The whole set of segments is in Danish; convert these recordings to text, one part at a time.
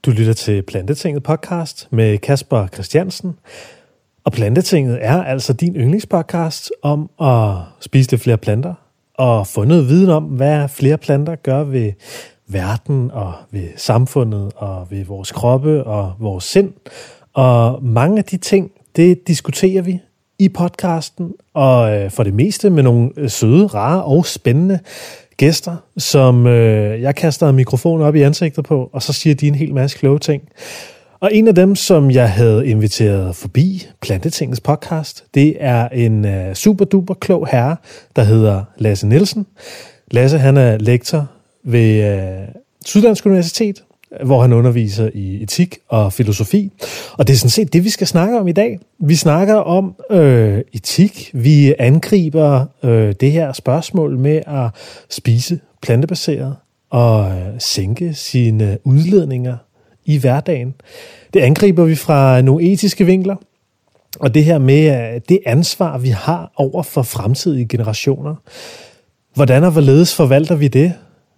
Du lytter til Plantetinget podcast med Kasper Christiansen. Og Plantetinget er altså din yndlingspodcast om at spise lidt flere planter og få noget viden om, hvad flere planter gør ved verden og ved samfundet og ved vores kroppe og vores sind. Og mange af de ting, det diskuterer vi i podcasten, og for det meste med nogle søde, rare og spændende gæster, som jeg kaster mikrofonen op i ansigtet på, og så siger de en hel masse kloge ting. Og en af dem, som jeg havde inviteret forbi Plantetingets podcast, det er en super duper klog herre, der hedder Lasse Nielsen. Lasse, han er lektor ved Syddansk Universitet, hvor han underviser i etik og filosofi. Og det er sådan set det, vi skal snakke om i dag. Vi snakker om etik. Vi angriber det her spørgsmål med at spise plantebaseret og sænke sine udledninger i hverdagen. Det angriber vi fra nogle etiske vinkler. Og det her med det ansvar, vi har over for fremtidige generationer. Hvordan og hvorledes forvalter vi det?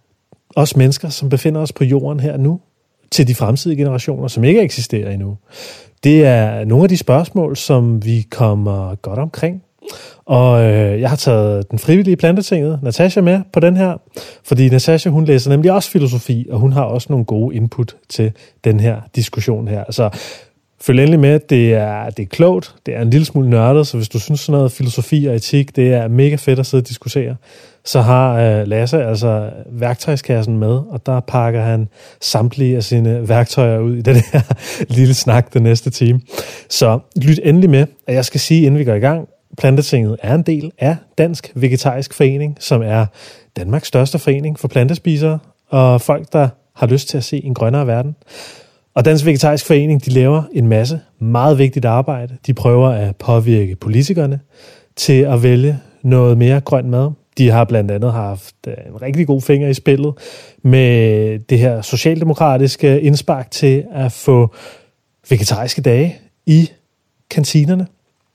Os mennesker, som befinder os på jorden her nu, til de fremtidige generationer, som ikke eksisterer endnu. Det er nogle af de spørgsmål, som vi kommer godt omkring. Og jeg har taget den frivillige Plantetinget, Natasha, med på den her, fordi Natasha, hun læser nemlig også filosofi, og hun har også nogle gode input til den her diskussion her. Altså, følg endelig med, det er klogt, det er en lille smule nørdet, så hvis du synes sådan noget filosofi og etik, det er mega fedt at sidde og diskutere, så har Lasse altså værktøjskassen med, og der pakker han samtlige af sine værktøjer ud i den her lille snak den næste time. Så lyt endelig med, at jeg skal sige, inden vi går i gang, Plantetinget er en del af Dansk Vegetarisk Forening, som er Danmarks største forening for plantespisere og folk, der har lyst til at se en grønnere verden. Og Dansk Vegetarisk Forening, de laver en masse meget vigtigt arbejde. De prøver at påvirke politikerne til at vælge noget mere grøn mad. De har blandt andet haft en rigtig god finger i spillet med det her socialdemokratiske indspark til at få vegetariske dage i kantinerne,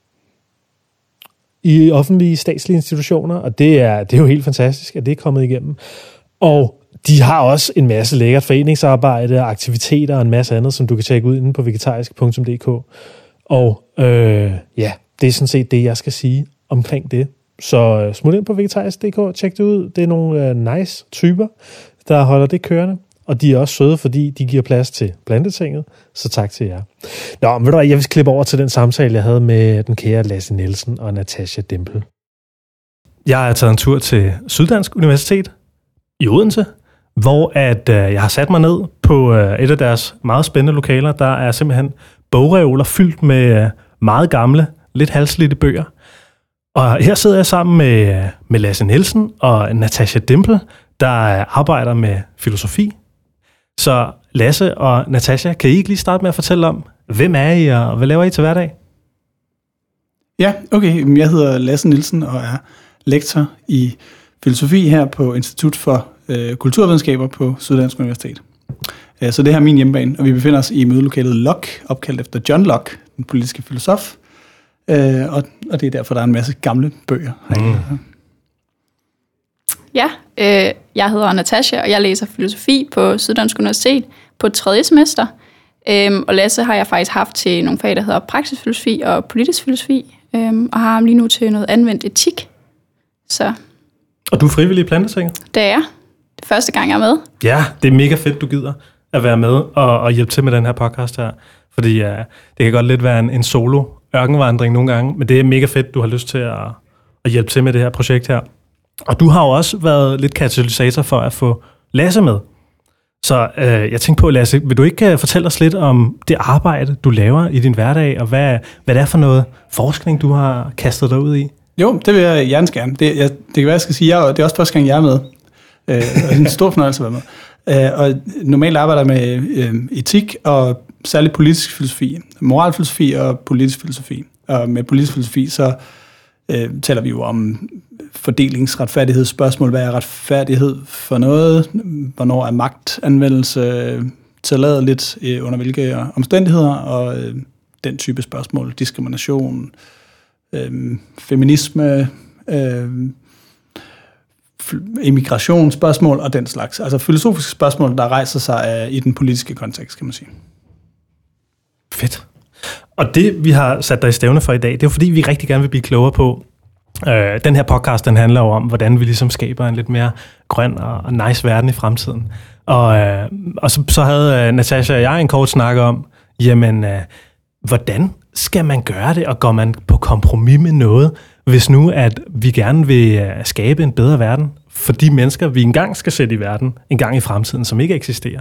i offentlige statslige institutioner, og det er jo helt fantastisk, at det er kommet igennem. Og de har også en masse lækkert foreningsarbejde, aktiviteter og en masse andet, som du kan tjekke ud inde på vegetarisk.dk. Og ja, det er sådan set det, jeg skal sige omkring det. Så smut ind på vegetarisk.dk og tjek det ud. Det er nogle nice typer, der holder det kørende. Og de er også søde, fordi de giver plads til Plantetinget. Så tak til jer. Nå, men ved du hvad, jeg vil klippe over til den samtale, jeg havde med den kære Lasse Nielsen og Natasha Dimple. Jeg har taget en tur til Syddansk Universitet i Odense, hvor jeg har sat mig ned på et af deres meget spændende lokaler. Der er simpelthen bogreoler fyldt med meget gamle, lidt halvslidte bøger. Og her sidder jeg sammen med Lasse Nielsen og Natasha Dimple, der arbejder med filosofi. Så Lasse og Natasha, kan I ikke lige starte med at fortælle om, hvem er I, og hvad laver I til hverdag? Ja, okay. Jeg hedder Lasse Nielsen og er lektor i filosofi her på Institut for Kulturvidenskaber på Syddansk Universitet. Så det her er min hjemmebane, og vi befinder os i mødelokalet Locke, opkaldt efter John Locke, den politiske filosof. Og det er derfor, der er en masse gamle bøger herinde. Ja, jeg hedder Natasha, og jeg læser filosofi på Syddansk Universitet på 3. semester. Og Lasse har jeg faktisk haft til nogle fag, der hedder praksisfilosofi og politisk filosofi, og har ham lige nu til noget anvendt etik. Så. Og du er frivillig i Plantetinget? Det er jeg. Det er første gang, jeg er med. Ja, det er mega fedt, du gider at være med og hjælpe til med den her podcast her. Fordi det kan godt lidt være en solo ørkenvandring nogle gange, men det er mega fedt, du har lyst til at hjælpe til med det her projekt her. Og du har jo også været lidt katalysator for at få Lasse med. Så jeg tænkte på, Lasse, vil du ikke fortælle os lidt om det arbejde, du laver i din hverdag, og hvad det er for noget forskning, du har kastet dig ud i? Jo, det vil jeg hjertens gerne. Det kan være, jeg skal sige, det er også første gang, jeg er med. Og det er en stor fornøjelse at være med. Og normalt arbejder jeg med etik og særligt politisk filosofi, moralfilosofi og politisk filosofi. Og med politisk filosofi, så taler vi jo om fordelingsretfærdighedsspørgsmål. Hvad er retfærdighed for noget? Hvornår er magtanvendelse tilladeligt under hvilke omstændigheder? Og den type spørgsmål. Diskrimination, feminisme, immigrationsspørgsmål og den slags. Altså filosofiske spørgsmål, der rejser sig i den politiske kontekst, kan man sige. Fedt. Og det, vi har sat dig i stævne for i dag, det er jo fordi, vi rigtig gerne vil blive klogere på. Den her podcast, den handler jo om, hvordan vi ligesom skaber en lidt mere grøn og nice verden i fremtiden. Og så havde Natasha og jeg en kort snak om, jamen, hvordan skal man gøre det, og går man på kompromis med noget, hvis nu, at vi gerne vil skabe en bedre verden for de mennesker, vi engang skal sætte i verden, en gang i fremtiden, som ikke eksisterer.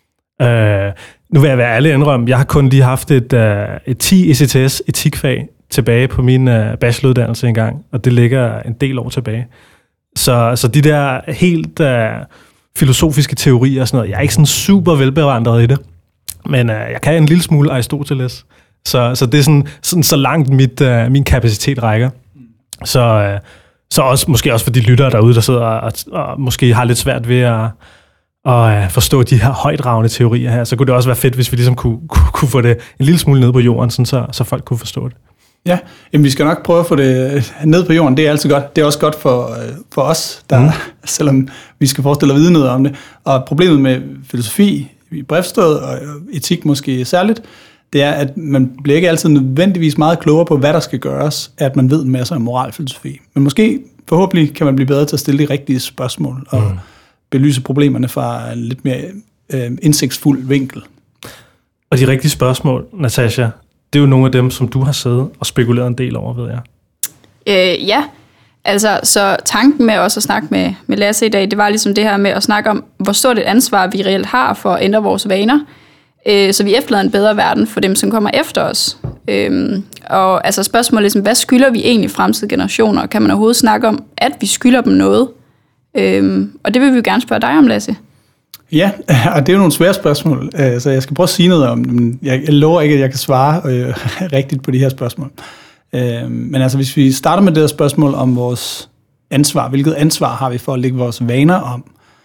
Nu vil jeg være ærlig indrømme, jeg har kun lige haft et 10 ECTS etikfag tilbage på min bacheloruddannelse engang, og det ligger en del år tilbage. Så de der helt filosofiske teorier og sådan noget, jeg er ikke sådan super velbevandret i det, men jeg kan en lille smule Aristoteles. Så det er sådan så langt min kapacitet rækker. Så måske også for de lyttere derude, der sidder og måske har lidt svært ved at forstå de her højtravende teorier her, så kunne det også være fedt, hvis vi ligesom kunne få det en lille smule ned på jorden, sådan så folk kunne forstå det. Ja, jamen vi skal nok prøve at få det ned på jorden. Det er altid godt. Det er også godt for os, selvom vi skal forestille at vide noget om det. Og problemet med filosofi i brevstået og etik måske særligt, det er, at man bliver ikke altid nødvendigvis meget klogere på, hvad der skal gøres, at man ved en masse om moralfilosofi. Men måske, forhåbentlig, kan man blive bedre til at stille de rigtige spørgsmål og belyse problemerne fra en lidt mere indsigtsfuld vinkel. Og de rigtige spørgsmål, Natasha, det er jo nogle af dem, som du har siddet og spekuleret en del over, ved jeg. Ja, altså så tanken med også at snakke med Lasse i dag, det var ligesom det her med at snakke om, hvor stort et ansvar vi reelt har for at ændre vores vaner, så vi efterlader en bedre verden for dem, som kommer efter os. Og altså spørgsmålet ligesom, hvad skylder vi egentlig fremtidige generationer? Kan man overhovedet snakke om, at vi skylder dem noget? Og det vil vi jo gerne spørge dig om, Lasse. Ja, og det er jo nogle svære spørgsmål, så jeg skal prøve at sige noget om dem. Jeg lover ikke, at jeg kan svare rigtigt på de her spørgsmål. Men altså, hvis vi starter med det her spørgsmål om vores ansvar, hvilket ansvar har vi for at lægge vores vaner om?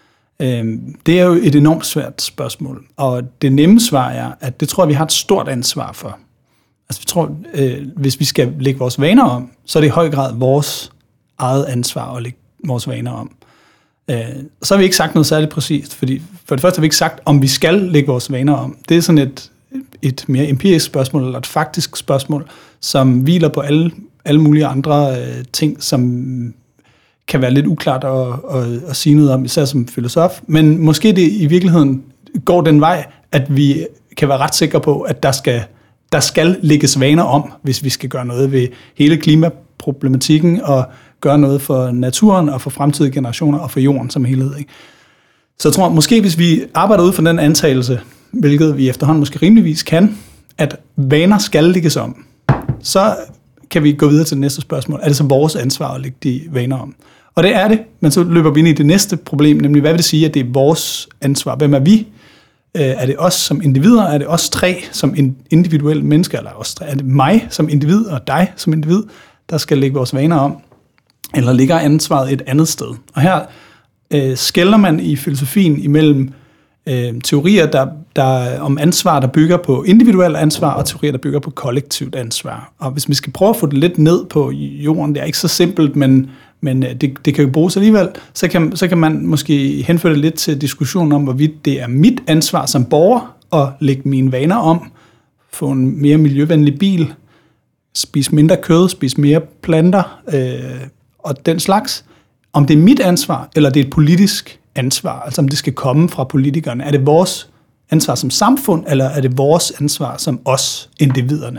Det er jo et enormt svært spørgsmål, og det nemme svar er, at det tror jeg, vi har et stort ansvar for. Altså, vi tror, hvis vi skal lægge vores vaner om, så er det i høj grad vores eget ansvar at lægge vores vaner om. Så har vi ikke sagt noget særligt præcist, fordi for det første har vi ikke sagt, om vi skal lægge vores vaner om. Det er sådan et mere empirisk spørgsmål, eller et faktisk spørgsmål, som hviler på alle mulige andre ting, som kan være lidt uklart at sige noget om, især som filosof. Men måske det i virkeligheden går den vej, at vi kan være ret sikre på, at der skal lægges vaner om, hvis vi skal gøre noget ved hele klimaproblematikken og gøre noget for naturen og for fremtidige generationer og for jorden som helhed. Ikke? Så jeg tror, måske hvis vi arbejder ud fra den antagelse, hvilket vi efterhånden måske rimeligvis kan, at vaner skal lægges om, så kan vi gå videre til det næste spørgsmål. Er det så vores ansvar at lægge de vaner om? Og det er det, men så løber vi ind i det næste problem, nemlig hvad vil det sige, at det er vores ansvar? Hvem er vi? Er det os som individer? Er det os tre som individuelle mennesker? Eller os tre? Er det mig som individ og dig som individ, der skal lægge vores vaner om? Eller ligger ansvaret et andet sted? Og her skelner man i filosofien imellem teorier der om ansvar, der bygger på individuelt ansvar, og teorier, der bygger på kollektivt ansvar. Og hvis vi skal prøve at få det lidt ned på jorden, det er ikke så simpelt, men det kan jo bruges alligevel, så kan man måske henføre det lidt til diskussionen om, hvorvidt det er mit ansvar som borger at lægge mine vaner om, få en mere miljøvenlig bil, spise mindre kød, spise mere planter og den slags. Om det er mit ansvar, eller det er et politisk ansvar, altså om det skal komme fra politikerne. Er det vores ansvar som samfund, eller er det vores ansvar som os, individerne?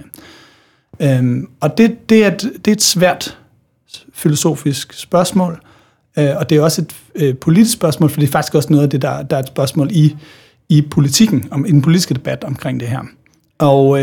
Og det er et svært filosofisk spørgsmål, og det er også et politisk spørgsmål, for det er faktisk også noget af det, der er et spørgsmål i politikken, i den politiske debat omkring det her. Og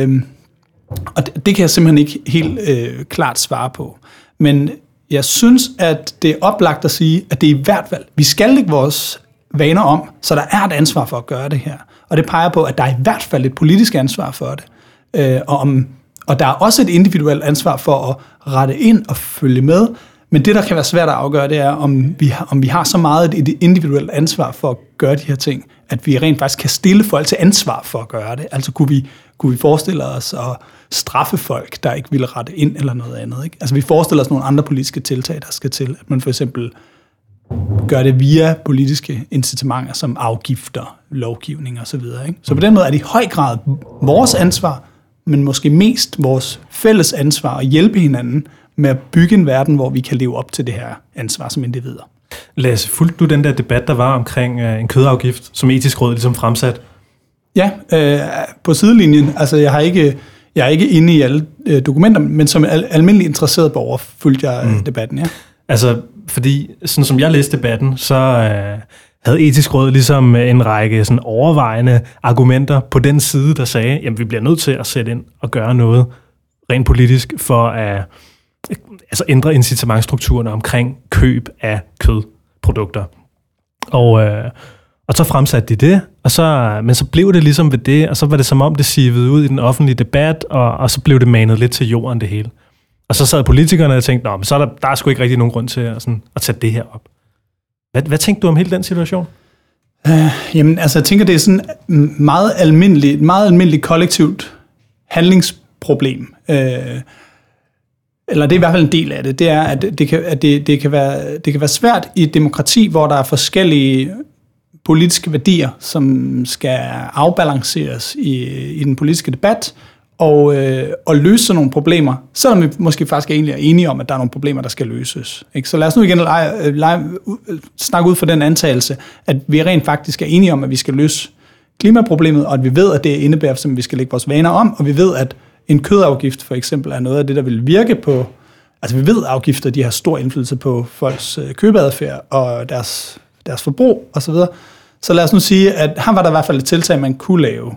det kan jeg simpelthen ikke helt klart svare på. Men jeg synes, at det er oplagt at sige, at det er i hvert fald, vi skal lægge vores vaner om, så der er et ansvar for at gøre det her. Og det peger på, at der er i hvert fald et politisk ansvar for det. Og der er også et individuelt ansvar for at rette ind og følge med. Men det, der kan være svært at afgøre, det er, om vi har så meget et individuelt ansvar for at gøre de her ting, at vi rent faktisk kan stille folk til ansvar for at gøre det. Altså kunne vi forestille os at straffe folk, der ikke ville rette ind eller noget andet. Ikke? Altså vi forestiller os nogle andre politiske tiltag, der skal til. At man for eksempel gøre det via politiske incitamenter som afgifter, lovgivning og så videre. Ikke? Så på den måde er det i høj grad vores ansvar, men måske mest vores fælles ansvar at hjælpe hinanden med at bygge en verden, hvor vi kan leve op til det her ansvar som individer. Lasse, fulgte du den der debat, der var omkring en kødafgift, som Etisk Råd ligesom fremsat? Ja, på sidelinjen. Altså, jeg er ikke inde i alle dokumenter, men som almindelig interesseret borger fulgte jeg debatten, ja. Altså, fordi sådan som jeg læste debatten, så havde Etisk Råd ligesom en række sådan overvejende argumenter på den side, der sagde, jamen vi bliver nødt til at sætte ind og gøre noget rent politisk for at ændre incitamentstrukturerne omkring køb af kødprodukter. Og så fremsatte de det, men så blev det ligesom ved det, og så var det som om det sivede ud i den offentlige debat, og så blev det manet lidt til jorden det hele. Og så sad politikerne og tænkte, men så er der sgu ikke rigtig nogen grund til at tage det her op. Hvad tænkte du om hele den situation? Jamen, altså jeg tænker, det er sådan meget almindeligt kollektivt handlingsproblem. Eller det er i hvert fald en del af det. Det er, at det kan være svært i et demokrati, hvor der er forskellige politiske værdier, som skal afbalanceres i den politiske debat, og løse sådan nogle problemer, selvom vi måske faktisk egentlig er enige om, at der er nogle problemer, der skal løses. Ikke? Så lad os nu igen snakke ud fra den antagelse, at vi rent faktisk er enige om, at vi skal løse klimaproblemet, og at vi ved, at det indebærer, som vi skal lægge vores vaner om, og vi ved, at en kødafgift for eksempel er noget af det, der vil virke på, altså vi ved, at afgifter de har stor indflydelse på folks købeadfærd og deres forbrug osv. Så lad os nu sige, at her var der i hvert fald et tiltag, man kunne lave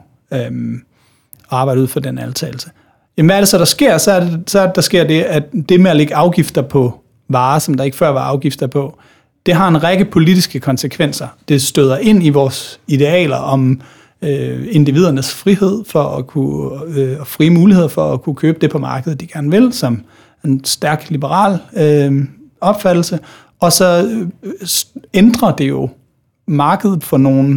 og arbejde ud for den antagelse. Jamen hvad er det så, der sker? Så sker det, at det med at lægge afgifter på varer, som der ikke før var afgifter på, det har en række politiske konsekvenser. Det støder ind i vores idealer om individernes frihed for at kunne og frie muligheder for at kunne købe det på markedet, de gerne vil, som en stærk liberal opfattelse. Og så ændrer det jo markedet for nogle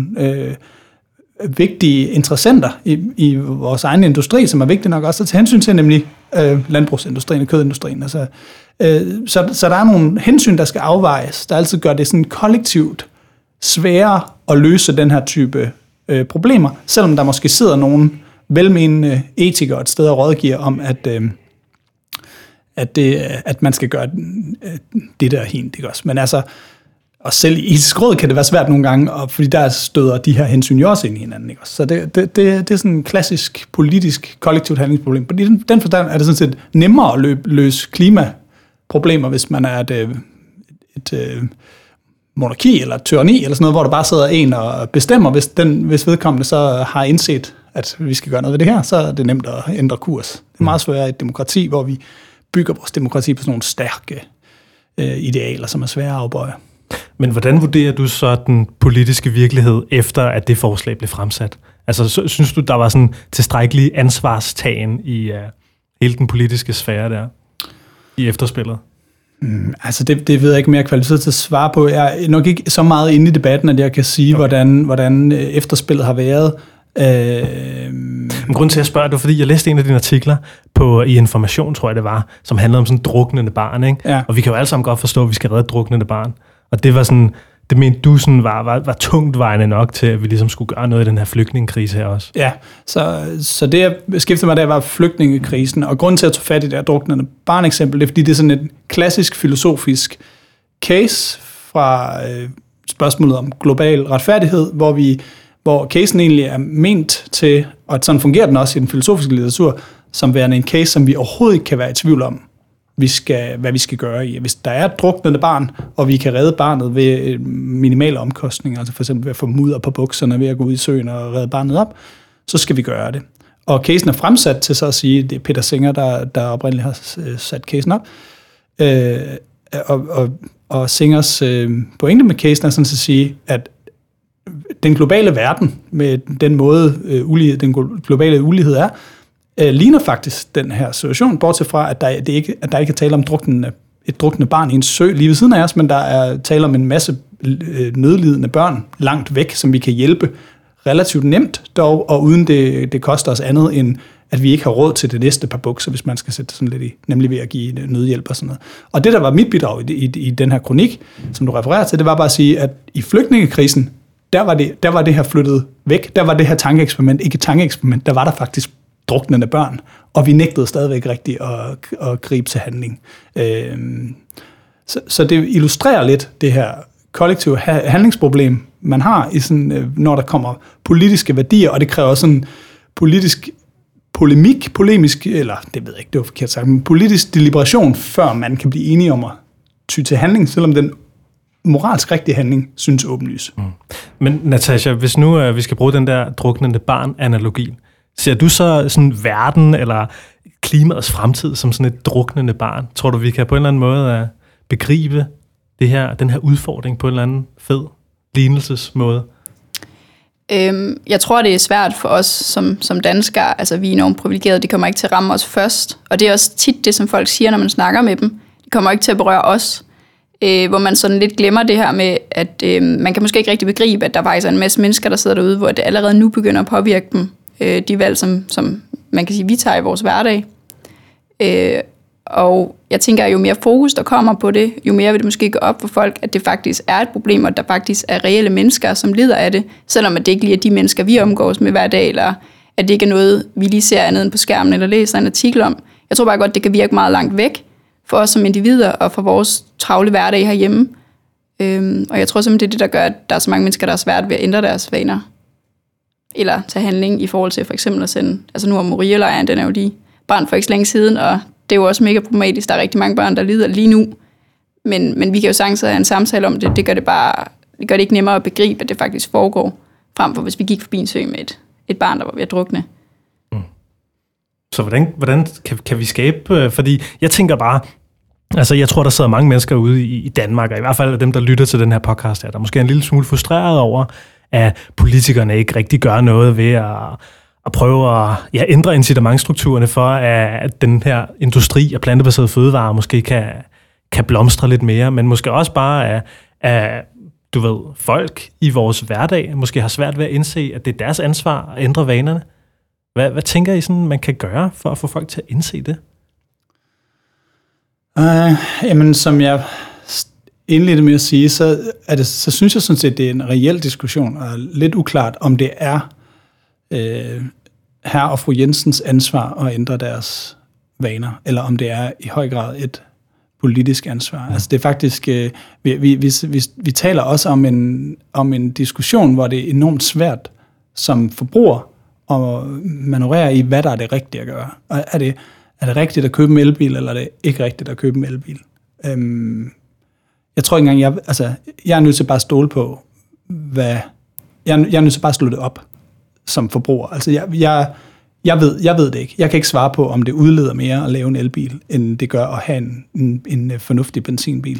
vigtige interessenter i vores egen industri, som er vigtigt nok også at tage hensyn til, nemlig landbrugsindustrien og kødindustrien. Altså, så der er nogle hensyn, der skal afvejes, der altid gør det sådan kollektivt sværere at løse den her type problemer, selvom der måske sidder nogle velmenende etikere et sted og rådgiver om, at man skal gøre det der helt, ikke også? Men altså, og selv i Etisk Råd kan det være svært nogle gange, fordi der støder de her hensyn jo også ind i hinanden, ikke også? Så det er sådan en klassisk politisk kollektivt handlingsproblem. På den forstand er det sådan set nemmere at løse klimaproblemer, hvis man er et monarki eller et tyranni eller sådan noget, hvor der bare sidder en og bestemmer, hvis vedkommende så har indset, at vi skal gøre noget ved det her, så er det nemt at ændre kurs. Det er meget svært i et demokrati, hvor vi bygger vores demokrati på sådan nogle stærke idealer, som er svære at afbøje. Men hvordan vurderer du så den politiske virkelighed, efter at det forslag blev fremsat? Altså, synes du, der var sådan tilstrækkelig ansvarstagen i hele den politiske sfære der, i efterspillet? Altså, det ved jeg ikke mere kvalificeret til at svare på. Jeg er nok ikke så meget inde i debatten, at jeg kan sige, hvordan efterspillet har været. Grunden til at spørge, det var, fordi jeg læste en af dine artikler i Information, tror jeg det var, som handlede om sådan druknende barn, ikke? Ja. Og vi kan jo alle sammen godt forstå, at vi skal redde druknende barn. Og det var sådan, det mente du sådan var tungt vejende nok til, at vi ligesom skulle gøre noget i den her flygtningekrise her også. Ja, så det jeg beskæftigede mig, der var flygtningekrisen, og grunden til at tage fat i det her druknende barn-eksempel, det er, fordi det er sådan et klassisk filosofisk case fra spørgsmålet om global retfærdighed, hvor casen egentlig er ment til, og sådan fungerer den også i den filosofiske litteratur, som værende en case, som vi overhovedet ikke kan være i tvivl om, hvad vi skal gøre i. Hvis der er et druknende barn, og vi kan redde barnet ved minimale omkostninger, altså for eksempel ved at få mudder på bukserne, ved at gå ud i søen og redde barnet op, så skal vi gøre det. Og casen er fremsat til så at sige, det er Peter Singer, der oprindeligt har sat casen op, og Singers pointe med casen er sådan at sige, at den globale verden, med den måde den globale ulighed er, ligner faktisk den her situation, bortset fra, at der ikke er tale om et druknende barn i en sø lige ved siden af os, men der er tale om en masse nødlidende børn langt væk, som vi kan hjælpe relativt nemt dog, og uden det koster os andet, end at vi ikke har råd til det næste par bukser, hvis man skal sætte sådan lidt i, nemlig ved at give nødhjælp og sådan noget. Og det, der var mit bidrag i den her kronik, som du refererer til, det var bare at sige, at i flygtningekrisen, der var det her flyttet væk. Der var det her tankeeksperiment ikke et tankeeksperiment. Der var der faktisk druknende børn, og vi nægtede stadigvæk rigtigt at gribe til handling. Så det illustrerer lidt det her kollektive handlingsproblem, man har, i sådan, når der kommer politiske værdier, og det kræver sådan politisk polemisk, eller det ved jeg ikke, det var forkert sagt, men politisk deliberation, før man kan blive enige om at ty til handling, selvom den moralsk rigtige handling synes åbenlys. Men Natasha, hvis nu vi skal bruge den der druknende barn-analogi, ser du så sådan verden eller klimaets fremtid som sådan et druknende barn? Tror du, vi kan på en eller anden måde begribe den her udfordring på en eller anden fed lignelsesmåde? Jeg tror, det er svært for os som danskere. Altså, vi er enormt privilegerede. Det kommer ikke til at ramme os først. Og det er også tit det, som folk siger, når man snakker med dem. Det kommer ikke til at berøre os. Hvor man sådan lidt glemmer det her med, at man kan måske ikke rigtig begribe, at der faktisk er en masse mennesker, der sidder derude, hvor det allerede nu begynder at påvirke dem. De valg, som man kan sige, vi tager i vores hverdag. Og jeg tænker, at jo mere fokus der kommer på det, jo mere vil det måske gå op for folk, at det faktisk er et problem, og at der faktisk er reelle mennesker, som lider af det, selvom at det ikke lige er de mennesker, vi omgås med hver dag, eller at det ikke er noget, vi lige ser andet end på skærmen, eller læser en artikel om. Jeg tror bare godt, det kan virke meget langt væk for os som individer, og for vores travle hverdag herhjemme. Og jeg tror simpelthen, det er det, der gør, at der er så mange mennesker, der er svært ved at ændre deres vaner, eller tage handling i forhold til for eksempel at sende, altså nu er Moria-lejren, den er jo lige brændt for ikke så længe siden, og det er jo også mega problematisk. Der er rigtig mange børn, der lider lige nu. Men vi kan jo sagtens have en samtale om det. Det gør det ikke nemmere at begribe, at det faktisk foregår, frem for hvis vi gik forbi en sø med et barn, der var ved at drukne. Så hvordan kan vi skabe? Fordi jeg tænker bare, altså jeg tror, der sidder mange mennesker ude i Danmark, og i hvert fald dem, der lytter til den her podcast, der måske er en lille smule frustreret over, at politikerne ikke rigtig gør noget ved at prøve at ændre incitamentstrukturerne for, at den her industri af plantebaserede fødevarer måske kan blomstre lidt mere, men måske også bare, at du ved, folk i vores hverdag måske har svært ved at indse, at det er deres ansvar at ændre vanerne. Hvad tænker I sådan, man kan gøre for at få folk til at indse det? Jamen, som jeg indledte med at sige, så synes jeg sådan set, det er en reel diskussion, og lidt uklart, om det er herr og fru Jensens ansvar at ændre deres vaner, eller om det er i høj grad et politisk ansvar. Altså det er faktisk, vi taler også om en diskussion, hvor det er enormt svært som forbruger at manøvrere i, hvad der er det rigtige at gøre. Er det rigtigt at købe en elbil, eller er det ikke rigtigt at købe en elbil? Jeg tror ikke engang, jeg er nødt til bare at stole på, jeg er nødt til bare at slå det op som forbruger. Altså jeg ved det ikke. Jeg kan ikke svare på, om det udleder mere at lave en elbil, end det gør at have en fornuftig benzinbil.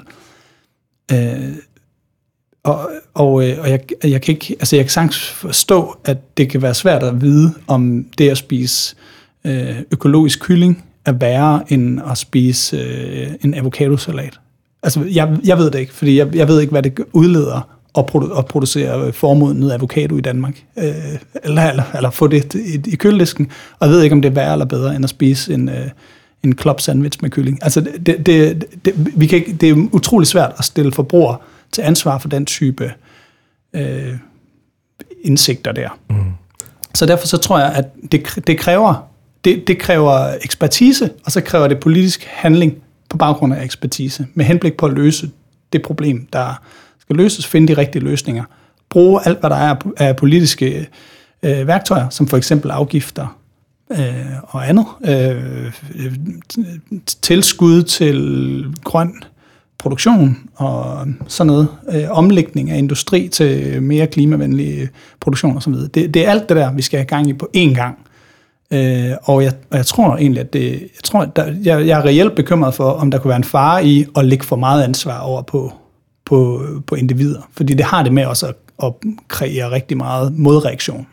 Jeg kan ikke, altså jeg kan sagtens forstå, at det kan være svært at vide, om det at spise økologisk kylling er værre end at spise en avocadosalat. Altså jeg ved det ikke, fordi jeg ved ikke, hvad det udleder at producere formodnet avocado i Danmark, eller få det i køledisken, og jeg ved ikke, om det er værre eller bedre, end at spise en club sandwich med kylling. Altså, det er utrolig svært at stille forbrugere til ansvar for den type indsigter der. Mm. Så derfor så tror jeg, at det kræver ekspertise, og så kræver det politisk handling på baggrund af ekspertise, med henblik på at løse det problem, der skal løses, finde de rigtige løsninger. Bruge alt, hvad der er af politiske værktøjer, som for eksempel afgifter og andet. Tilskud til grøn produktion og sådan noget. Omlægning af industri til mere klimavenlig produktion og så videre. Det er alt det der, vi skal have gang i på én gang. Og jeg tror egentlig, at jeg er reelt bekymret for, om der kunne være en fare i at lægge for meget ansvar over på individer. Fordi det har det med også at kreere rigtig meget modreaktion.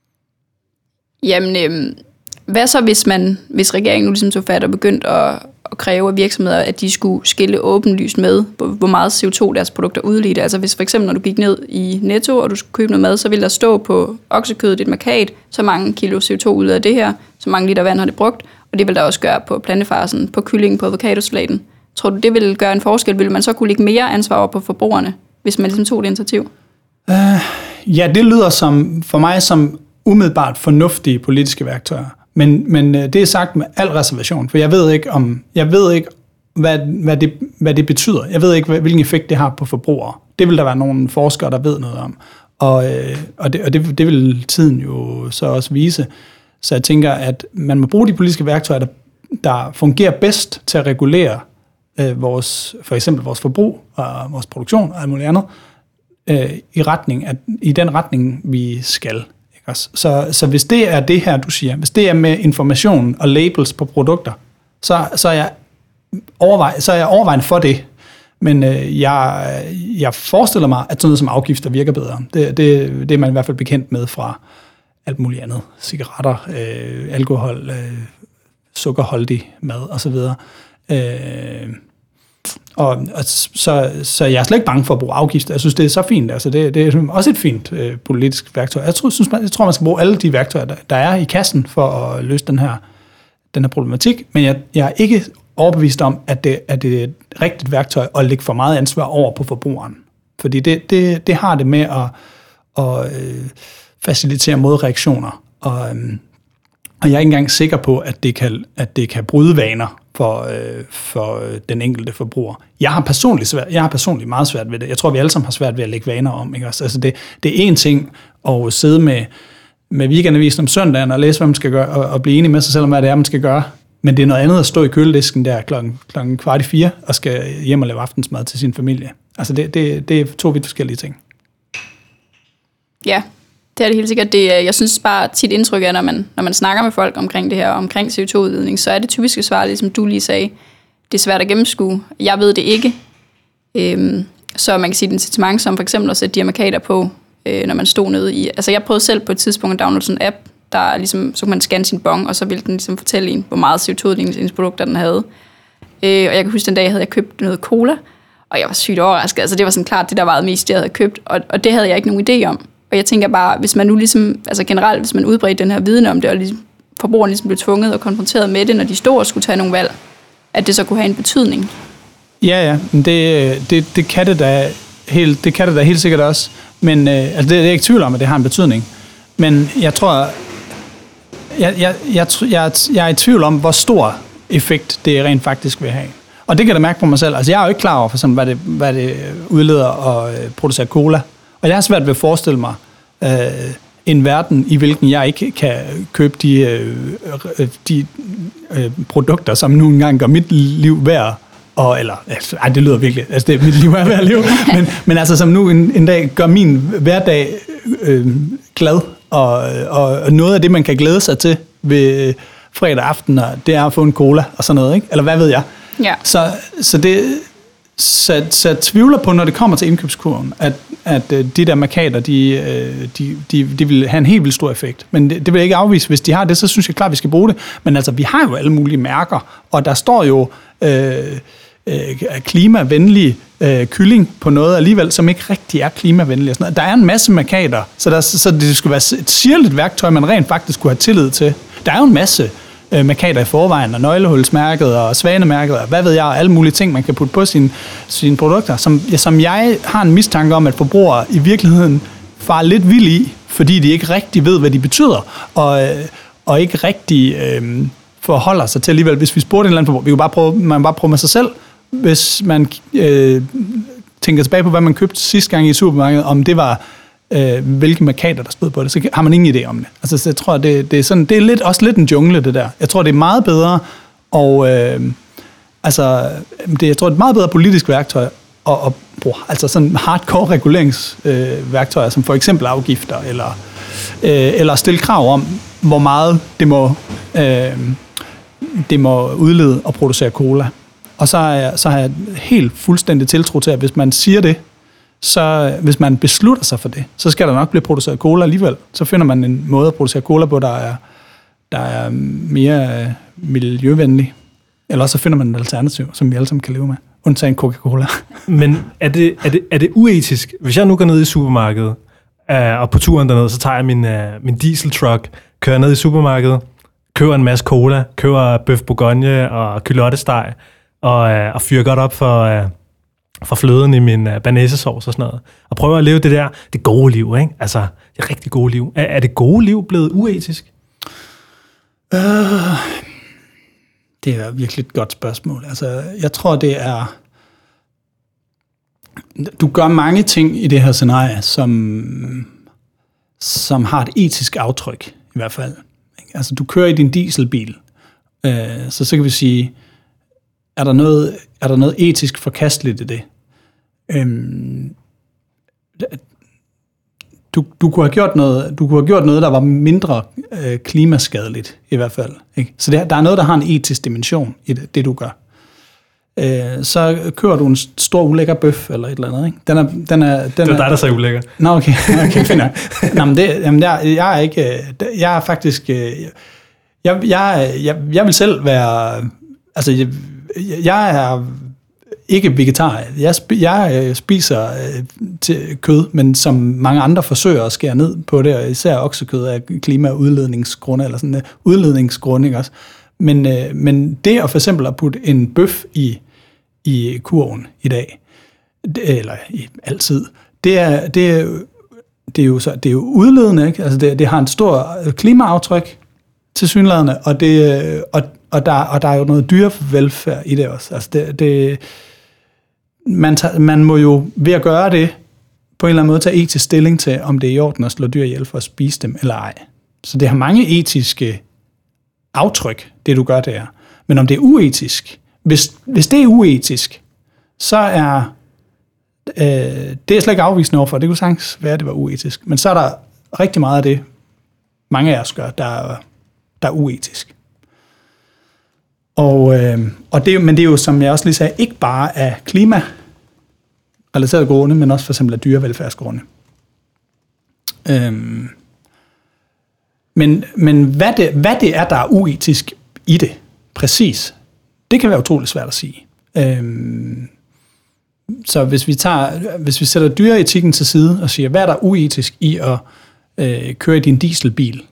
Jamen, hvad så hvis regeringen nu ligesom tog fat og begyndte at kræve af virksomheder, at de skulle skille åbenlyst med, hvor meget CO2 deres produkter udledte. Altså hvis for eksempel, når du gik ned i Netto, og du skulle købe noget mad, så ville der stå på oksekødet, dit markat, så mange kilo CO2 udleder det her, så mange liter vand har det brugt, og det vil der også gøre på plantefarsen, på kyllingen, på avocadosalaten. Tror du, det ville gøre en forskel? Ville man så kunne lægge mere ansvar over på forbrugerne, hvis man ligesom tog det initiativ? Ja, det lyder for mig som umiddelbart fornuftige politiske værktøjer. Men det er sagt med al reservation, for jeg ved ikke hvad det betyder. Jeg ved ikke, hvilken effekt det har på forbrugere. Det vil der være nogle forskere, der ved noget om. Og det vil tiden jo så også vise. Så jeg tænker, at man må bruge de politiske værktøjer, der fungerer bedst til at regulere for eksempel vores forbrug og vores produktion og alt muligt andet, i den retning, vi skal. Så hvis det er det her, du siger, hvis det er med information og labels på produkter, så er jeg overvejende for det. Men jeg forestiller mig, at sådan noget som afgifter virker bedre. Det er man i hvert fald bekendt med fra alt muligt andet. Cigaretter, alkohol, sukkerholdig mad osv. Så jeg er slet ikke bange for at bruge afgifter. Jeg synes, det er så fint. Altså, det er også et fint politisk værktøj. Jeg tror, man skal bruge alle de værktøjer, der er i kassen for at løse den her problematik. Men jeg er ikke overbevist om, at det er et rigtigt værktøj at lægge for meget ansvar over på forbrugeren. Fordi det har det med at facilitere modreaktioner. Og jeg er ikke engang sikker på, at det kan bryde vaner for den enkelte forbruger. Jeg har personligt meget svært ved det. Jeg tror, vi alle sammen har svært ved at lægge vaner om. Ikke? Altså, det er én ting at sidde med weekendavisen om søndagen og læse, hvad man skal gøre, og blive enig med sig selv om, hvad det er, man skal gøre. Men det er noget andet at stå i køledisken der klokken 3:15 og skal hjem og lave aftensmad til sin familie. Altså, det er to vidt forskellige ting. Ja, det er det helt sikkert. Jeg synes bare tit indtryk er, når man snakker med folk omkring det her, omkring CO2-udledning, så er det typiske svar, ligesom du lige sagde, det er svært at gennemskue. Jeg ved det ikke. Så man kan sige, at incitament som for eksempel at sætte de her markader på, når man stod nede i... Altså jeg prøvede selv på et tidspunkt at downloade sådan en app, der ligesom, så kunne man scanne sin bong, og så ville den ligesom fortælle en, hvor meget CO2-udledning ens produkter den havde. Og jeg kan huske, den dag havde jeg købt noget cola, og jeg var sygt overrasket. Altså det var sådan klart det, der var mest, jeg havde købt, og det havde jeg ikke nogen idé om. Og jeg tænker bare, hvis man nu ligesom, altså generelt, hvis man udbredte den her viden om det, og ligesom, forbrugeren ligesom blev tvunget og konfronteret med det, når de stod og skulle tage nogle valg, at det så kunne have en betydning. Ja, det kan det da helt sikkert også. Men altså det er jeg ikke i tvivl om, at det har en betydning. Men jeg tror, jeg er i tvivl om, hvor stor effekt det rent faktisk vil have. Og det kan jeg da mærke på mig selv. Altså jeg er jo ikke klar over, for eksempel, hvad det udleder at producere cola. Og jeg har svært ved at forestille mig en verden, i hvilken jeg ikke kan købe de produkter, som nu engang gør mit liv værd. Det lyder virkelig, altså det er mit liv er værd at leve, men altså som nu en dag gør min hverdag glad, og noget af det, man kan glæde sig til ved fredag aften, det er at få en cola og sådan noget, ikke? Eller hvad ved jeg? Ja. Så jeg tvivler på, når det kommer til indkøbskurven, at de der markader, de vil have en helt vildt stor effekt. Men det vil jeg ikke afvise. Hvis de har det, så synes jeg klart, vi skal bruge det. Men altså, vi har jo alle mulige mærker, og der står jo klimavenlig kylling på noget alligevel, som ikke rigtig er klimavenlig. Der er en masse markader, så det skulle være et sirligt værktøj, man rent faktisk kunne have tillid til. Der er jo en masse markader i forvejen, og nøglehulsmærket og svanemærket, og hvad ved jeg, og alle mulige ting, man kan putte på sine produkter, som jeg har en mistanke om, at forbrugere i virkeligheden farer lidt vild i, fordi de ikke rigtig ved, hvad de betyder, og ikke rigtig forholder sig til alligevel. Hvis vi spurgte en eller anden forbruger, man kan bare prøve med sig selv, hvis man tænker tilbage på, hvad man købte sidste gang i supermarkedet, om det var hvilke markader, der stod på det, så har man ingen idé om det. Altså, så jeg tror, det er sådan, det er også lidt en jungle, det der. Jeg tror, det er meget bedre, og jeg tror, det er et meget bedre politisk værktøj at bruge, altså sådan hardcore reguleringsværktøjer, som for eksempel afgifter, eller stille krav om, hvor meget det må udlede og producere cola. Og så har jeg helt fuldstændig tiltro til, at hvis man siger det, så hvis man beslutter sig for det, så skal der nok blive produceret cola alligevel. Så finder man en måde at producere cola på, der er mere miljøvenlig, Eller så finder man et alternativ, som vi alle sammen kan leve med. Undtagen Coca-Cola. Men er det uetisk? Hvis jeg nu går ned i supermarkedet, og på turen derned, så tager jeg min dieseltruck, kører ned i supermarkedet, køber en masse cola, køber bøf bourgogne og kylottesteg, og fyrer godt op for fløden i min banæsesauce og sådan noget, og prøver at leve det gode liv, ikke? Altså, det rigtig gode liv. Er det gode liv blevet uetisk? Det er virkelig et godt spørgsmål. Altså, jeg tror, det er... Du gør mange ting i det her scenarie, som har et etisk aftryk, i hvert fald. Altså, du kører i din dieselbil, så kan vi sige, er der noget etisk forkasteligt i det? Du kunne have gjort noget, der var mindre klimaskadeligt, i hvert fald. Ikke? Så der er noget, der har en etisk dimension i det du gør. Så kører du en stor ulækker bøf eller et eller andet, ikke? Det er dig, der sagde ulækker. Nå, okay, finder jeg. Nå, men jeg er ikke... Jeg er faktisk... Jeg vil selv være... Altså, jeg er ikke vegetar. Jeg spiser til kød, men som mange andre forsøger at skære ned på det, og især oksekød af klimaudledningsgrunde, eller sådan udledningsgrunde, ikke også? Men det at for eksempel at putte en bøf i kurven i dag, eller altid, det er jo udledende, ikke? Altså det har en stor klimaaftryk tilsyneladende, og der er jo noget dyrevelfærd i det også. Altså man må jo ved at gøre det på en eller anden måde tage etisk stilling til, om det er i orden at slå dyr ihjel for at spise dem eller ej. Så det har mange etiske aftryk, det du gør der. Men om det er uetisk, hvis det er uetisk, så er det er slet ikke afvisende overfor. Det kunne sagtens være, at det var uetisk. Men så er der rigtig meget af det, mange af os gør, der er uetisk. Men det er jo, som jeg også lige sagde, ikke bare af klimarelaterede grunde, men også for eksempel af dyrevelfærdsgrunde. Men hvad det er, der er uetisk i det, præcis, det kan være utroligt svært at sige. Så hvis vi sætter dyreetikken til side og siger, hvad er der uetisk i at køre i din dieselbil?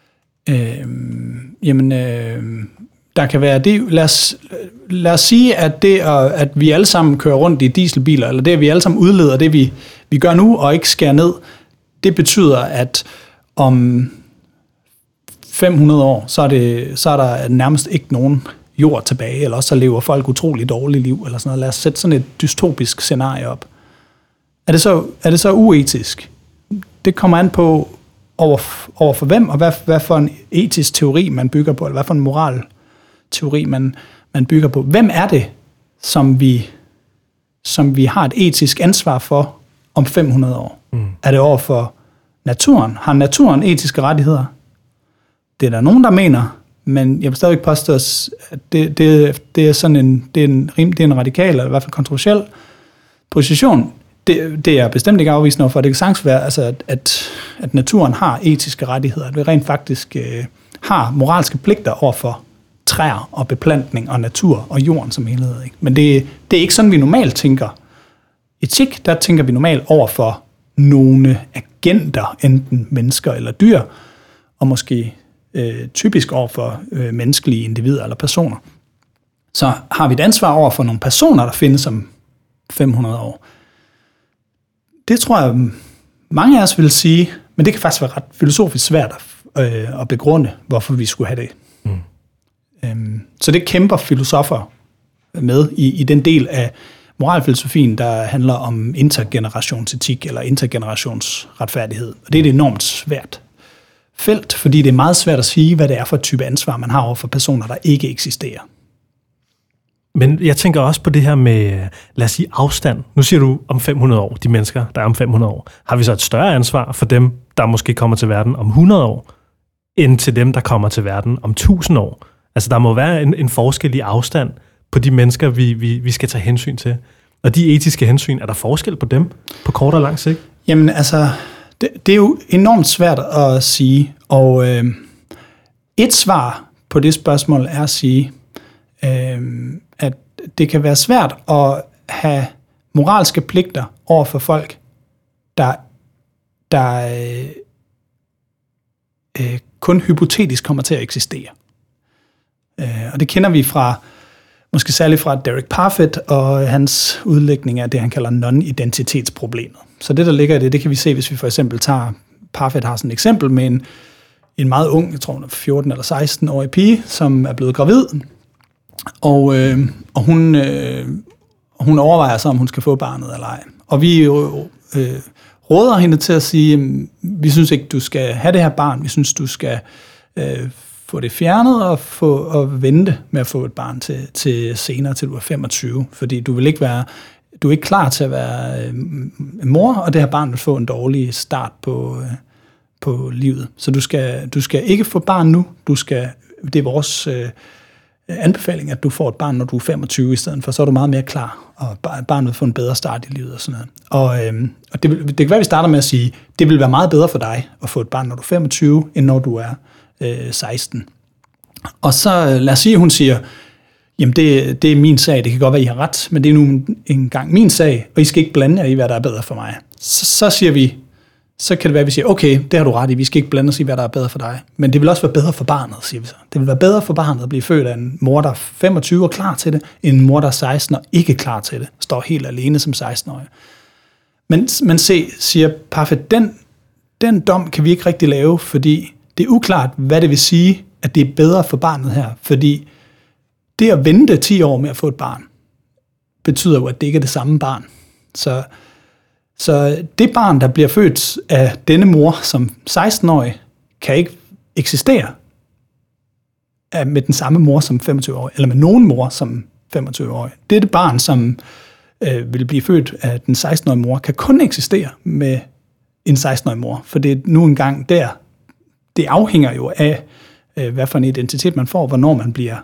Der kan være det. Lad os sige, at det at vi alle sammen kører rundt i dieselbiler, eller det at vi alle sammen udleder det vi gør nu og ikke skærer ned, det betyder, at om 500 år, så er der nærmest ikke nogen jord tilbage, eller også så lever folk utroligt dårligt liv, eller sådan noget. Lad os sætte sådan et dystopisk scenarie op. Er det så uetisk? Det kommer an på over for hvem, og hvad for en etisk teori man bygger på, eller hvad for en moralteori man bygger på. Hvem er det, som vi har et etisk ansvar for om 500 år? Er det over for naturen? Har naturen etiske rettigheder? Det er der nogen, der mener, men jeg vil stadig påstå, at det er sådan en radikal, eller i hvert fald kontroversiel position. Det er bestemt ikke afvisende overfor. Det kan sagtens være, altså, at naturen har etiske rettigheder, at vi rent faktisk har moralske pligter over for træer og beplantning og natur og jorden som helhed. Ikke? Men det er ikke sådan, vi normalt tænker. Etik, der tænker vi normalt over for nogle agenter, enten mennesker eller dyr, og måske typisk over for menneskelige individer eller personer. Så har vi et ansvar over for nogle personer, der findes om 500 år. Det tror jeg, mange af os vil sige, men det kan faktisk være ret filosofisk svært at begrunde, hvorfor vi skulle have det. Så det kæmper filosofer med i den del af moralfilosofien, der handler om intergenerationsetik eller intergenerationsretfærdighed. Og det er et enormt svært felt, fordi det er meget svært at sige, hvad det er for et type ansvar, man har over for personer, der ikke eksisterer. Men jeg tænker også på det her med, lad os sige, afstand. Nu siger du om 500 år, de mennesker, der er om 500 år. Har vi så et større ansvar for dem, der måske kommer til verden om 100 år, end til dem, der kommer til verden om 1000 år? Altså, der må være en forskel i afstand på de mennesker, vi skal tage hensyn til. Og de etiske hensyn, er der forskel på dem på kort og lang sigt? Jamen, altså, det er jo enormt svært at sige. Og et svar på det spørgsmål er at sige, at det kan være svært at have moralske pligter over for folk, der kun hypotetisk kommer til at eksistere. Og det kender vi måske særligt fra Derek Parfit og hans udlægning af det, han kalder non-identitetsproblemet. Så det, der ligger i det kan vi se, hvis vi for eksempel tager, Parfit har sådan et eksempel med en meget ung, jeg tror hun er 14 eller 16-årig pige, som er blevet gravid, og hun overvejer så, om hun skal få barnet eller ej. Og vi råder hende til at sige, vi synes ikke, du skal have det her barn, vi synes, du skal få det fjernet og vente med at få et barn til senere, til du er 25, fordi du er ikke klar til at være mor, og det her barn vil få en dårlig start på livet. Så du skal ikke få barn nu, det er vores anbefaling, at du får et barn, når du er 25 i stedet for, så er du meget mere klar, og barnet vil få en bedre start i livet og sådan noget. Og det kan være, vi starter med at sige, det vil være meget bedre for dig at få et barn, når du er 25, end når du er 16. Og så lad os sige, at hun siger, jamen det er min sag, det kan godt være, I har ret, men det er nu engang min sag, og I skal ikke blande jer i, hvad der er bedre for mig. Så siger vi, så kan det være, at vi siger, okay, det har du ret i, vi skal ikke blande os i, hvad der er bedre for dig. Men det vil også være bedre for barnet, siger vi så. Det vil være bedre for barnet at blive født af en mor, der er 25 og klar til det, end en mor, der er 16 og ikke klar til det, står helt alene som 16-årig. Men se, siger Parfit, den dom kan vi ikke rigtig lave, fordi det er uklart, hvad det vil sige, at det er bedre for barnet her. Fordi det at vente 10 år med at få et barn, betyder jo, at det ikke er det samme barn. Så det barn, der bliver født af denne mor som 16-årig, kan ikke eksistere med den samme mor som 25-årig, eller med nogen mor som 25-årig. Det barn, som vil blive født af den 16-årige mor, kan kun eksistere med en 16-årig mor, for det er nu engang der. Det afhænger jo af, hvad for en identitet man får, hvornår man bliver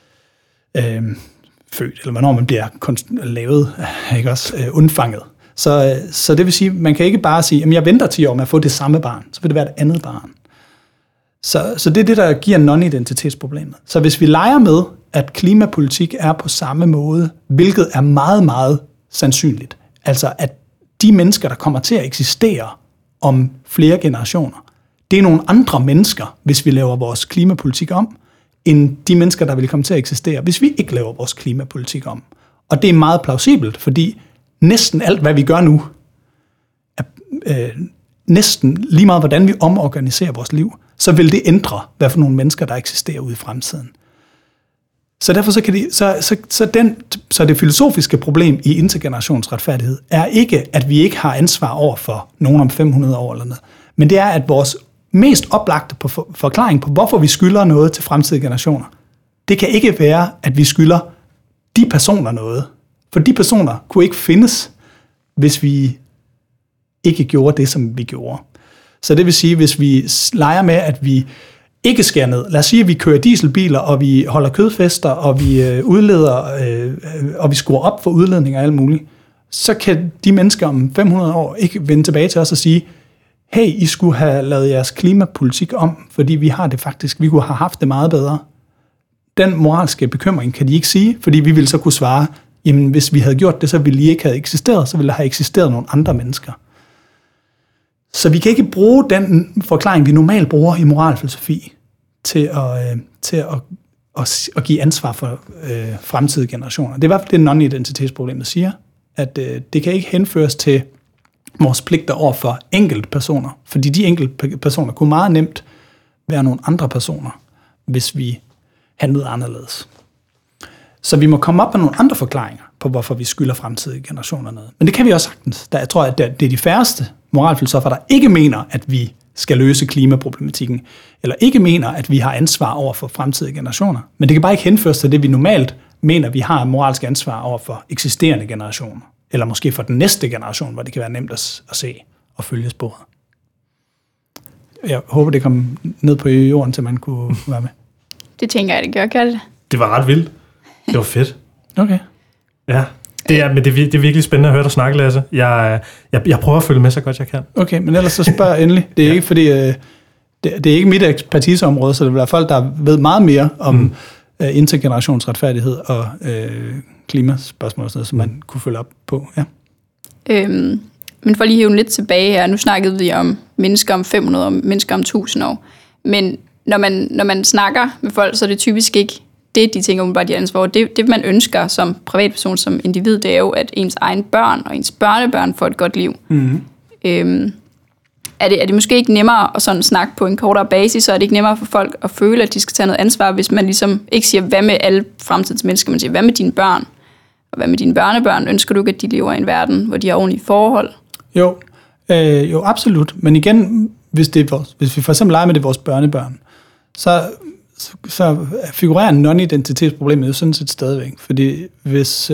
født, eller hvornår man bliver lavet, ikke også, undfanget. Så det vil sige, man kan ikke bare sige, at jeg venter 10 år med at få det samme barn, så vil det være et andet barn. Så det er det, der giver non-identitetsproblemet. Så hvis vi leger med, at klimapolitik er på samme måde, hvilket er meget, meget sandsynligt, altså at de mennesker, der kommer til at eksistere om flere generationer, det er nogle andre mennesker, hvis vi laver vores klimapolitik om, end de mennesker, der vil komme til at eksistere, hvis vi ikke laver vores klimapolitik om. Og det er meget plausibelt, fordi næsten alt, hvad vi gør nu, er næsten lige meget, hvordan vi omorganiserer vores liv, så vil det ændre, hvad for nogle mennesker, der eksisterer ude i fremtiden. Så derfor så det filosofiske problem i intergenerationsretfærdighed er ikke, at vi ikke har ansvar over for nogen om 500 år eller noget, men det er, at vores mest oplagte forklaring på, hvorfor vi skylder noget til fremtidige generationer, det kan ikke være, at vi skylder de personer noget. For de personer kunne ikke findes, hvis vi ikke gjorde det, som vi gjorde. Så det vil sige, hvis vi leger med, at vi ikke skærer ned. Lad os sige, at vi kører dieselbiler, og vi holder kødfester, og vi udleder, og vi skruer op for udledning og alt muligt. Så kan de mennesker om 500 år ikke vende tilbage til os og sige, hey, I skulle have lavet jeres klimapolitik om, fordi vi har det faktisk, vi kunne have haft det meget bedre. Den moralske bekymring kan de ikke sige, fordi vi ville så kunne svare, jamen hvis vi havde gjort det, så ville I ikke have eksisteret, så ville der have eksisteret nogle andre mennesker. Så vi kan ikke bruge den forklaring, vi normalt bruger i moralfilosofi, til at give ansvar for fremtidige generationer. Det er i hvert fald det, non-identitetsproblemet siger, at det kan ikke henføres til vores pligter over for enkelte personer, fordi de enkelte personer kunne meget nemt være nogle andre personer, hvis vi handlede anderledes. Så vi må komme op med nogle andre forklaringer på, hvorfor vi skylder fremtidige generationer noget. Men det kan vi også sagtens. Jeg tror, at det er de færreste moralfilosofer, der ikke mener, at vi skal løse klimaproblematikken, eller ikke mener, at vi har ansvar over for fremtidige generationer. Men det kan bare ikke henføres til det, vi normalt mener, vi har moralsk ansvar over for eksisterende generationer. Eller måske for den næste generation, hvor det kan være nemt at se og følge sporet. Jeg håber, det kom ned på jorden, til man kunne være med. Det tænker jeg, det gør det. Det var ret vildt. Det var fedt. Okay. Ja, men det er virkelig spændende at høre dig snakke, Lasse. Jeg prøver at følge med så godt jeg kan. Okay, men ellers så spørg endelig. Det er ikke fordi, det er ikke mit ekspertiseområde, så det vil være folk, der ved meget mere om intergenerationsretfærdighed og klimaspørgsmål og sådan noget, som man kunne følge op på. Ja. Men for lige at hive lidt tilbage her, nu snakkede vi om mennesker om 500 og mennesker om 1000 år. Men når man snakker med folk, så er det typisk ikke det, de tænker umiddelbart, de er ansvar. Det, man ønsker som privatperson, som individ, det er jo, at ens egen børn og ens børnebørn får et godt liv. Mm-hmm. Er det måske ikke nemmere at sådan snakke på en kortere basis, så er det ikke nemmere for folk at føle, at de skal tage noget ansvar, hvis man ligesom ikke siger, hvad med alle fremtidens mennesker, man siger, hvad med dine børn? Og hvad med dine børnebørn? Ønsker du ikke, at de lever i en verden, hvor de har ordentlige forhold? Jo, absolut. Men igen, hvis vi for eksempel leger med det vores børnebørn, så figurerer non-identitetsproblemet jo sådan set stadigvæk. Fordi hvis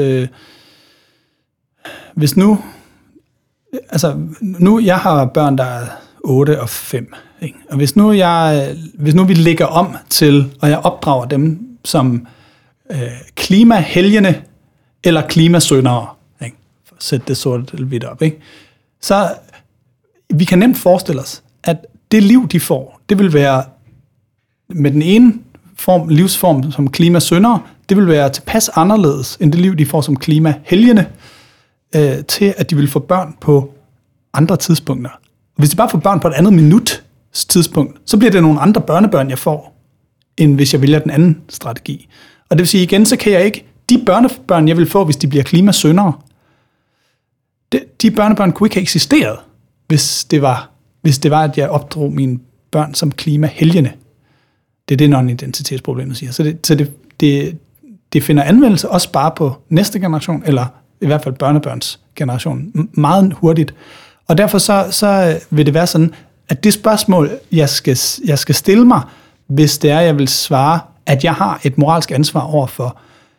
nu... Altså, nu jeg har børn, der er 8 og 5. Ikke? Og hvis nu vi lægger om til, og jeg opdrager dem som klimahelgene eller klimasyndere, ikke? For at sætte det sort eller hvidt op, ikke? Så vi kan nemt forestille os, at det liv, de får, det vil være med den ene livsform som klimasyndere, det vil være tilpas anderledes end det liv, de får som klimahelgene, til at de vil få børn på andre tidspunkter. Hvis de bare får børn på et andet minuts tidspunkt, så bliver det nogle andre børnebørn, jeg får, end hvis jeg vælger den anden strategi. Og det vil sige igen, så kan jeg ikke, de børnebørn, jeg vil få, hvis de bliver klimasyndere, de børnebørn kunne ikke have eksisteret, hvis det var, at jeg opdrog mine børn som klimahelgene. Det er det, non-identitetsproblemet siger. Så det finder anvendelse også bare på næste generation, eller i hvert fald børnebørns generation, meget hurtigt. Og derfor så vil det være sådan, at det spørgsmål, jeg skal stille mig, hvis det er, jeg vil svare, at jeg har et moralsk ansvar over for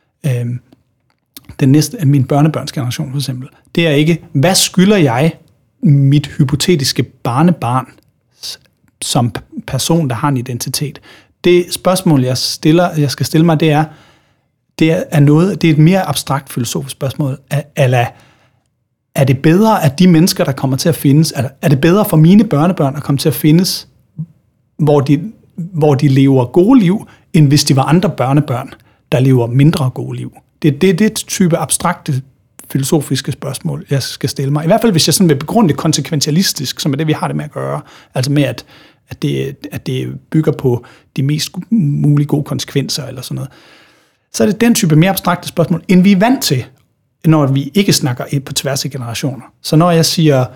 min børnebørns generation for eksempel, det er ikke, hvad skylder jeg mit hypotetiske barnebarn som person, der har en identitet? Det spørgsmål, jeg skal stille mig, det er et mere abstrakt filosofisk spørgsmål. Er det bedre, at de mennesker, der kommer til at findes, er det bedre for mine børnebørn at komme til at findes, hvor de lever gode liv, end hvis de var andre børnebørn, der lever mindre gode liv? Det er det type abstrakte filosofiske spørgsmål, jeg skal stille mig. I hvert fald, hvis jeg sådan vil begrunde det konsekventialistisk, som er det, vi har det med at gøre. Altså med, at det bygger på de mest mulige gode konsekvenser, eller sådan noget. Så er det den type mere abstrakte spørgsmål, end vi er vant til, når vi ikke snakker på tværs af generationer. Så når jeg siger,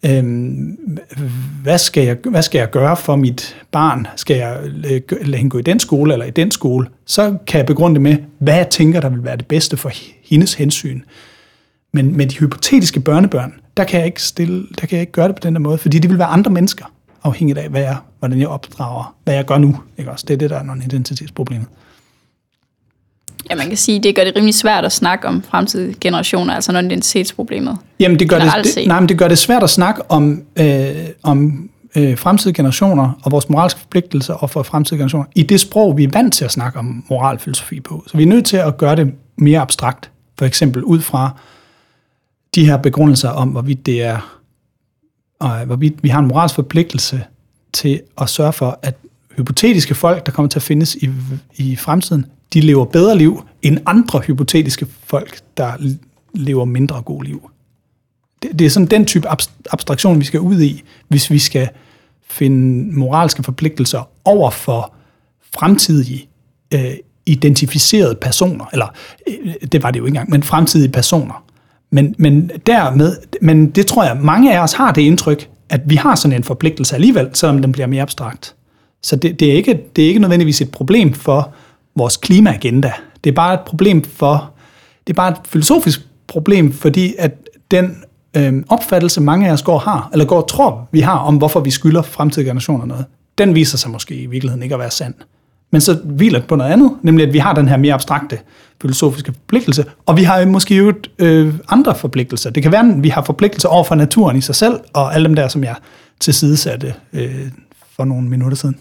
hvad skal jeg gøre for mit barn? Skal jeg lade hende gå i den skole eller i den skole? Så kan jeg begrunde det med, hvad jeg tænker, der vil være det bedste for hendes hensyn. Men med de hypotetiske børnebørn, der kan jeg ikke gøre det på den der måde, fordi det vil være andre mennesker, afhængigt af, hvordan jeg opdrager, hvad jeg gør nu. Ikke også? Det er det, der er nogle identitetsproblemer. Ja, man kan sige, at det gør det rimelig svært at snakke om fremtidige generationer, altså når identitetsproblemet. Jamen, det gør det svært at snakke om fremtidige generationer og vores moralske forpligtelser og for fremtidige generationer i det sprog, vi er vant til at snakke om moralfilosofi på. Så vi er nødt til at gøre det mere abstrakt. For eksempel ud fra de her begrundelser om, hvorvidt vi har en moralsk forpligtelse til at sørge for, at hypotetiske folk, der kommer til at findes i fremtiden, de lever bedre liv end andre hypotetiske folk, der lever mindre gode liv. Det er sådan den type abstraktion, vi skal ud i, hvis vi skal finde moralske forpligtelser over for fremtidige identificerede personer. Eller, det var det jo ikke engang, men fremtidige personer. Men det tror jeg, mange af os har det indtryk, at vi har sådan en forpligtelse alligevel, selvom den bliver mere abstrakt. Så det er ikke nødvendigvis et problem for vores klimaagenda. Det er bare et filosofisk problem, fordi at den opfattelse, mange af os tror, vi har om, hvorfor vi skylder fremtidige generationer noget, den viser sig måske i virkeligheden ikke at være sand. Men så hviler det på noget andet, nemlig at vi har den her mere abstrakte filosofiske forpligtelse, og vi har måske jo andre forpligtelser. Det kan være, at vi har forpligtelser over for naturen i sig selv, og alle dem der, som jeg tilsidesatte for nogle minutter siden.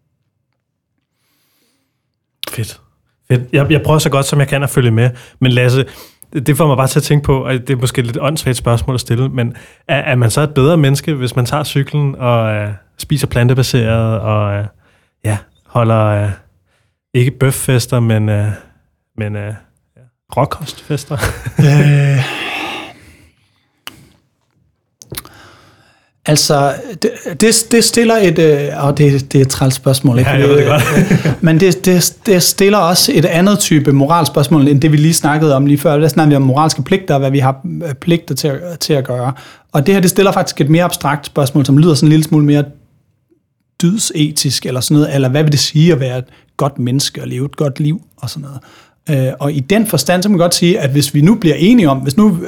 Fedt. Jeg prøver så godt, som jeg kan at følge med, men Lasse, det får mig bare til at tænke på, at det er måske et lidt åndssvagt spørgsmål at stille, men er man så et bedre menneske, hvis man tager cyklen og spiser plantebaseret og holder Ikke bøffester, men råkostfester? Altså, det stiller det er et træls spørgsmål, ikke? Ja, jeg ved det godt. Men det stiller også et andet type moralsk spørgsmål, end det vi lige snakkede om lige før. Der snakkede vi om moralske pligter, og hvad vi har pligter til at gøre. Og det her, det stiller faktisk et mere abstrakt spørgsmål, som lyder sådan en lille smule mere dydsetisk, eller sådan noget, eller hvad vil det sige at være et godt menneske, og leve et godt liv, og sådan noget. Og i den forstand, så kan man godt sige, at hvis vi nu bliver enige om, hvis nu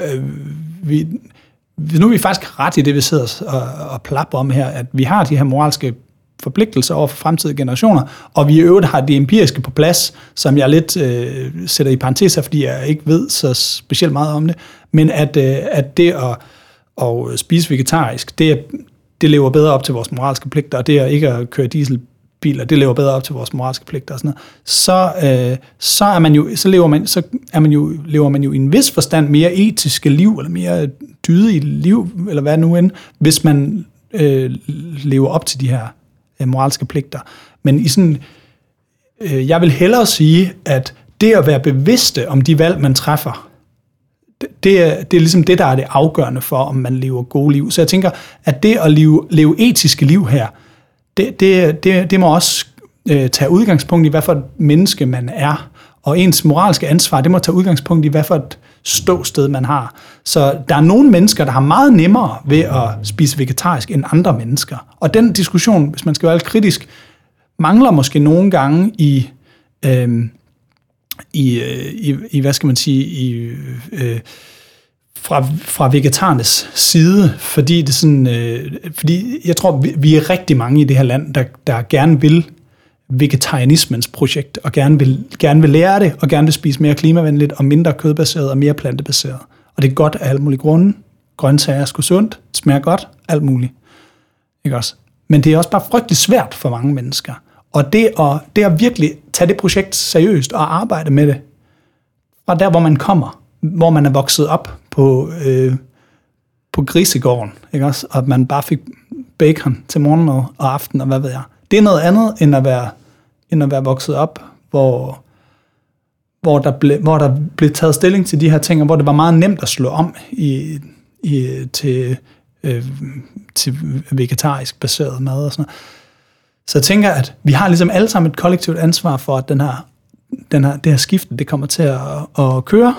vi faktisk ret i det, vi sidder og plapper om her, at vi har de her moralske forpligtelser over for fremtidige generationer, og vi i øvrigt har det empiriske på plads, som jeg lidt sætter i parenteser, fordi jeg ikke ved så specielt meget om det, men at det at spise vegetarisk, det lever bedre op til vores moralske pligter, og det at ikke at køre dieselbiler, det lever bedre op til vores moralske pligter og sådan noget, lever man jo i en vis forstand mere etiske liv, eller mere dydige liv, eller hvad nu end, hvis man lever op til de her moralske pligter. Men i sådan, jeg vil hellere sige, at det at være bevidste om de valg, man træffer, det er ligesom det, der er det afgørende for, om man lever gode liv. Så jeg tænker, at det at leve etiske liv her, det må også tage udgangspunkt i, hvad for et menneske man er. Og ens moralske ansvar, det må tage udgangspunkt i, hvad for et ståsted man har. Så der er nogle mennesker, der har meget nemmere ved at spise vegetarisk end andre mennesker. Og den diskussion, hvis man skal være lidt kritisk, mangler måske nogle gange i hvad skal man sige, fra vegetarernes side, fordi det sådan, fordi jeg tror, vi er rigtig mange i det her land, der gerne vil vegetarianismens projekt, og gerne vil lære det, og gerne vil spise mere klimavenligt, og mindre kødbaseret, og mere plantebaseret. Og det er godt af alle mulige grunde. Grøntsager er sgu sundt, det smager godt, alt muligt. Ikke også? Men det er også bare frygtelig svært for mange mennesker. Og det at virkelig tage det projekt seriøst og arbejde med det, fra der, hvor man kommer, hvor man er vokset op på grisegården, ikke også? Og at man bare fik bacon til morgenmad og aften, og hvad ved jeg. Det er noget andet, end at være vokset op, hvor der blev taget stilling til de her ting, og hvor det var meget nemt at slå om til vegetarisk baseret mad og sådan noget. Så jeg tænker, at vi har ligesom alle sammen et kollektivt ansvar for, at det her skifte, det kommer til at køre,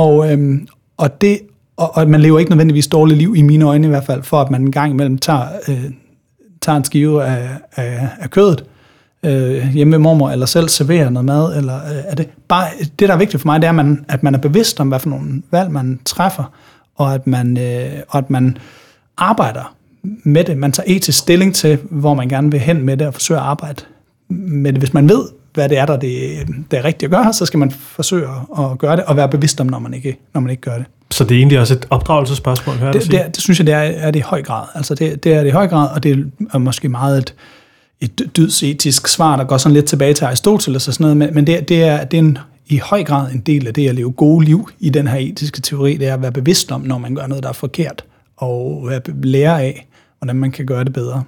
og man lever ikke nødvendigvis dårligt liv, i mine øjne i hvert fald, for at man en gang imellem tager en skive af kødet hjemme ved mormor, eller selv serverer noget mad, eller er det bare det, der er vigtigt for mig, det er, at man er bevidst om, hvad for nogle valg man træffer, og at man arbejder med det. Man tager etisk stilling til, hvor man gerne vil hen med det, og forsøger at arbejde med det. Hvis man ved, hvad det er, der det er rigtigt at gøre, så skal man forsøge at gøre det, og være bevidst om, når man ikke gør det. Så det er egentlig også et opdragelsesspørgsmål, hører det synes jeg, det er det i høj grad. Altså det er det i høj grad, og det er måske meget et dydsetisk svar, der går sådan lidt tilbage til Aristoteles og sådan noget, men det er i høj grad en del af det at leve gode liv i den her etiske teori, det er at være bevidst om, når man gør noget, der er forkert, og lære af, hvordan man kan gøre det bedre,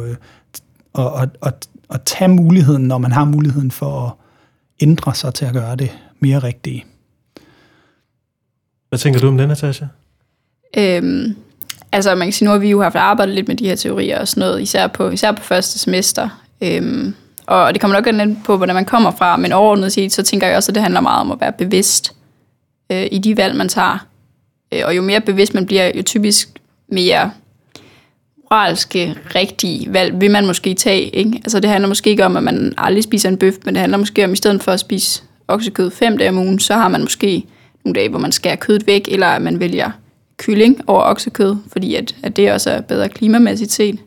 og tage muligheden, når man har muligheden for at ændre sig til at gøre det mere rigtigt. Hvad tænker du om det, Natasha? Altså man kan sige, nu har vi jo haft arbejdet lidt med de her teorier og sådan noget, især på første semester. Og det kommer nok an på, hvordan man kommer fra, men overordnet set, så tænker jeg også, at det handler meget om at være bevidst i de valg, man tager. Og jo mere bevidst man bliver, jo typisk mere moralske, rigtige valg vil man måske tage, ikke? Altså det handler måske ikke om, at man aldrig spiser en bøf, men det handler måske om, at i stedet for at spise oksekød 5 dage om ugen, så har man måske nogle dage, hvor man skærer kødet væk, eller at man vælger kylling over oksekød, fordi at det også er bedre klimamæssigt set.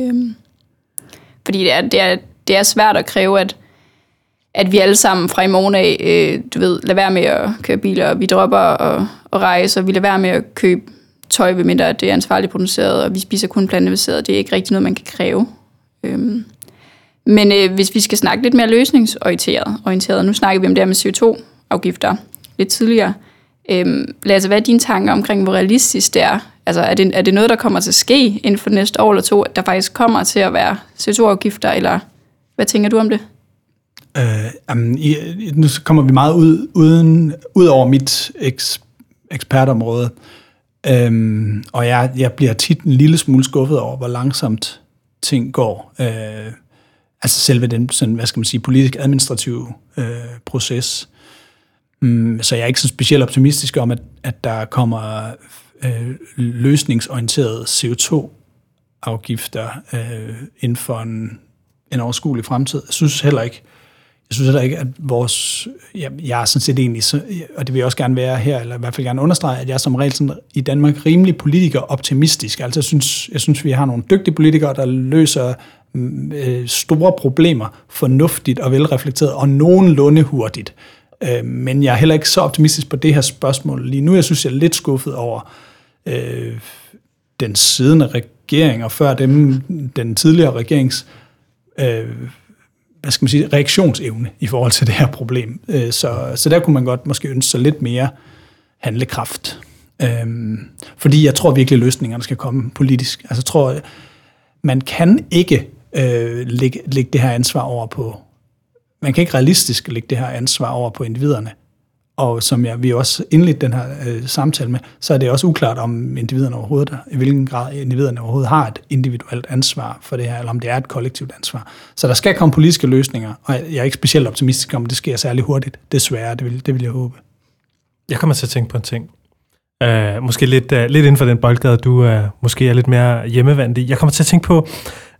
Fordi det er svært at kræve, at vi alle sammen fra i morgen af, lader være med at køre biler, og vi dropper og rejse, og vi lader være med at købe tøj, ved mindre at det er ansvarligt produceret, og vi spiser kun plantebaseret. Det er ikke rigtig noget, man kan kræve. Men hvis vi skal snakke lidt mere løsningsorienteret, nu snakker vi om det her med CO2-afgifter lidt tidligere. Lasse, hvad er dine tanker omkring, hvor realistisk det er? Altså, er det noget, der kommer til at ske inden for næste år eller to, at der faktisk kommer til at være CO2-afgifter, eller hvad tænker du om det? Nu kommer vi meget ud over mit ekspertområde, og jeg bliver tit en lille smule skuffet over, hvor langsomt ting går. Altså selve den, sådan, hvad skal man sige, politisk-administrative proces. Så jeg er ikke så specielt optimistisk om, at der kommer løsningsorienterede CO2-afgifter inden for en overskuelig fremtid. Jeg synes heller ikke, at vores... Jeg er sådan set egentlig, og det vil jeg også gerne være her, eller i hvert fald gerne understrege, at jeg er som regel sådan, i Danmark rimelig politiker-optimistisk. Altså jeg synes, vi har nogle dygtige politikere, der løser store problemer fornuftigt og velreflekteret, og nogenlunde hurtigt. Men jeg er heller ikke så optimistisk på det her spørgsmål lige nu. Jeg synes, jeg er lidt skuffet over den siddende regering, og før dem den tidligere regerings hvad skal man sige, reaktionsevne i forhold til det her problem. Så der kunne man godt måske ønske sig lidt mere handlekraft. Fordi jeg tror virkelig, at løsningerne skal komme politisk. Altså jeg tror, man kan ikke lægge det her ansvar over på... Man kan ikke realistisk lægge det her ansvar over på individerne. Og som vi også indledte den her samtale med, så er det også uklart, om individerne overhovedet, i hvilken grad individerne overhovedet har et individuelt ansvar for det her, eller om det er et kollektivt ansvar. Så der skal komme politiske løsninger, og jeg er ikke specielt optimistisk om, det sker særlig hurtigt. Desværre, det vil jeg håbe. Jeg kommer til at tænke på en ting. Måske lidt inden for den boldgade, du måske er lidt mere hjemmevandt i. Jeg kommer til at tænke på,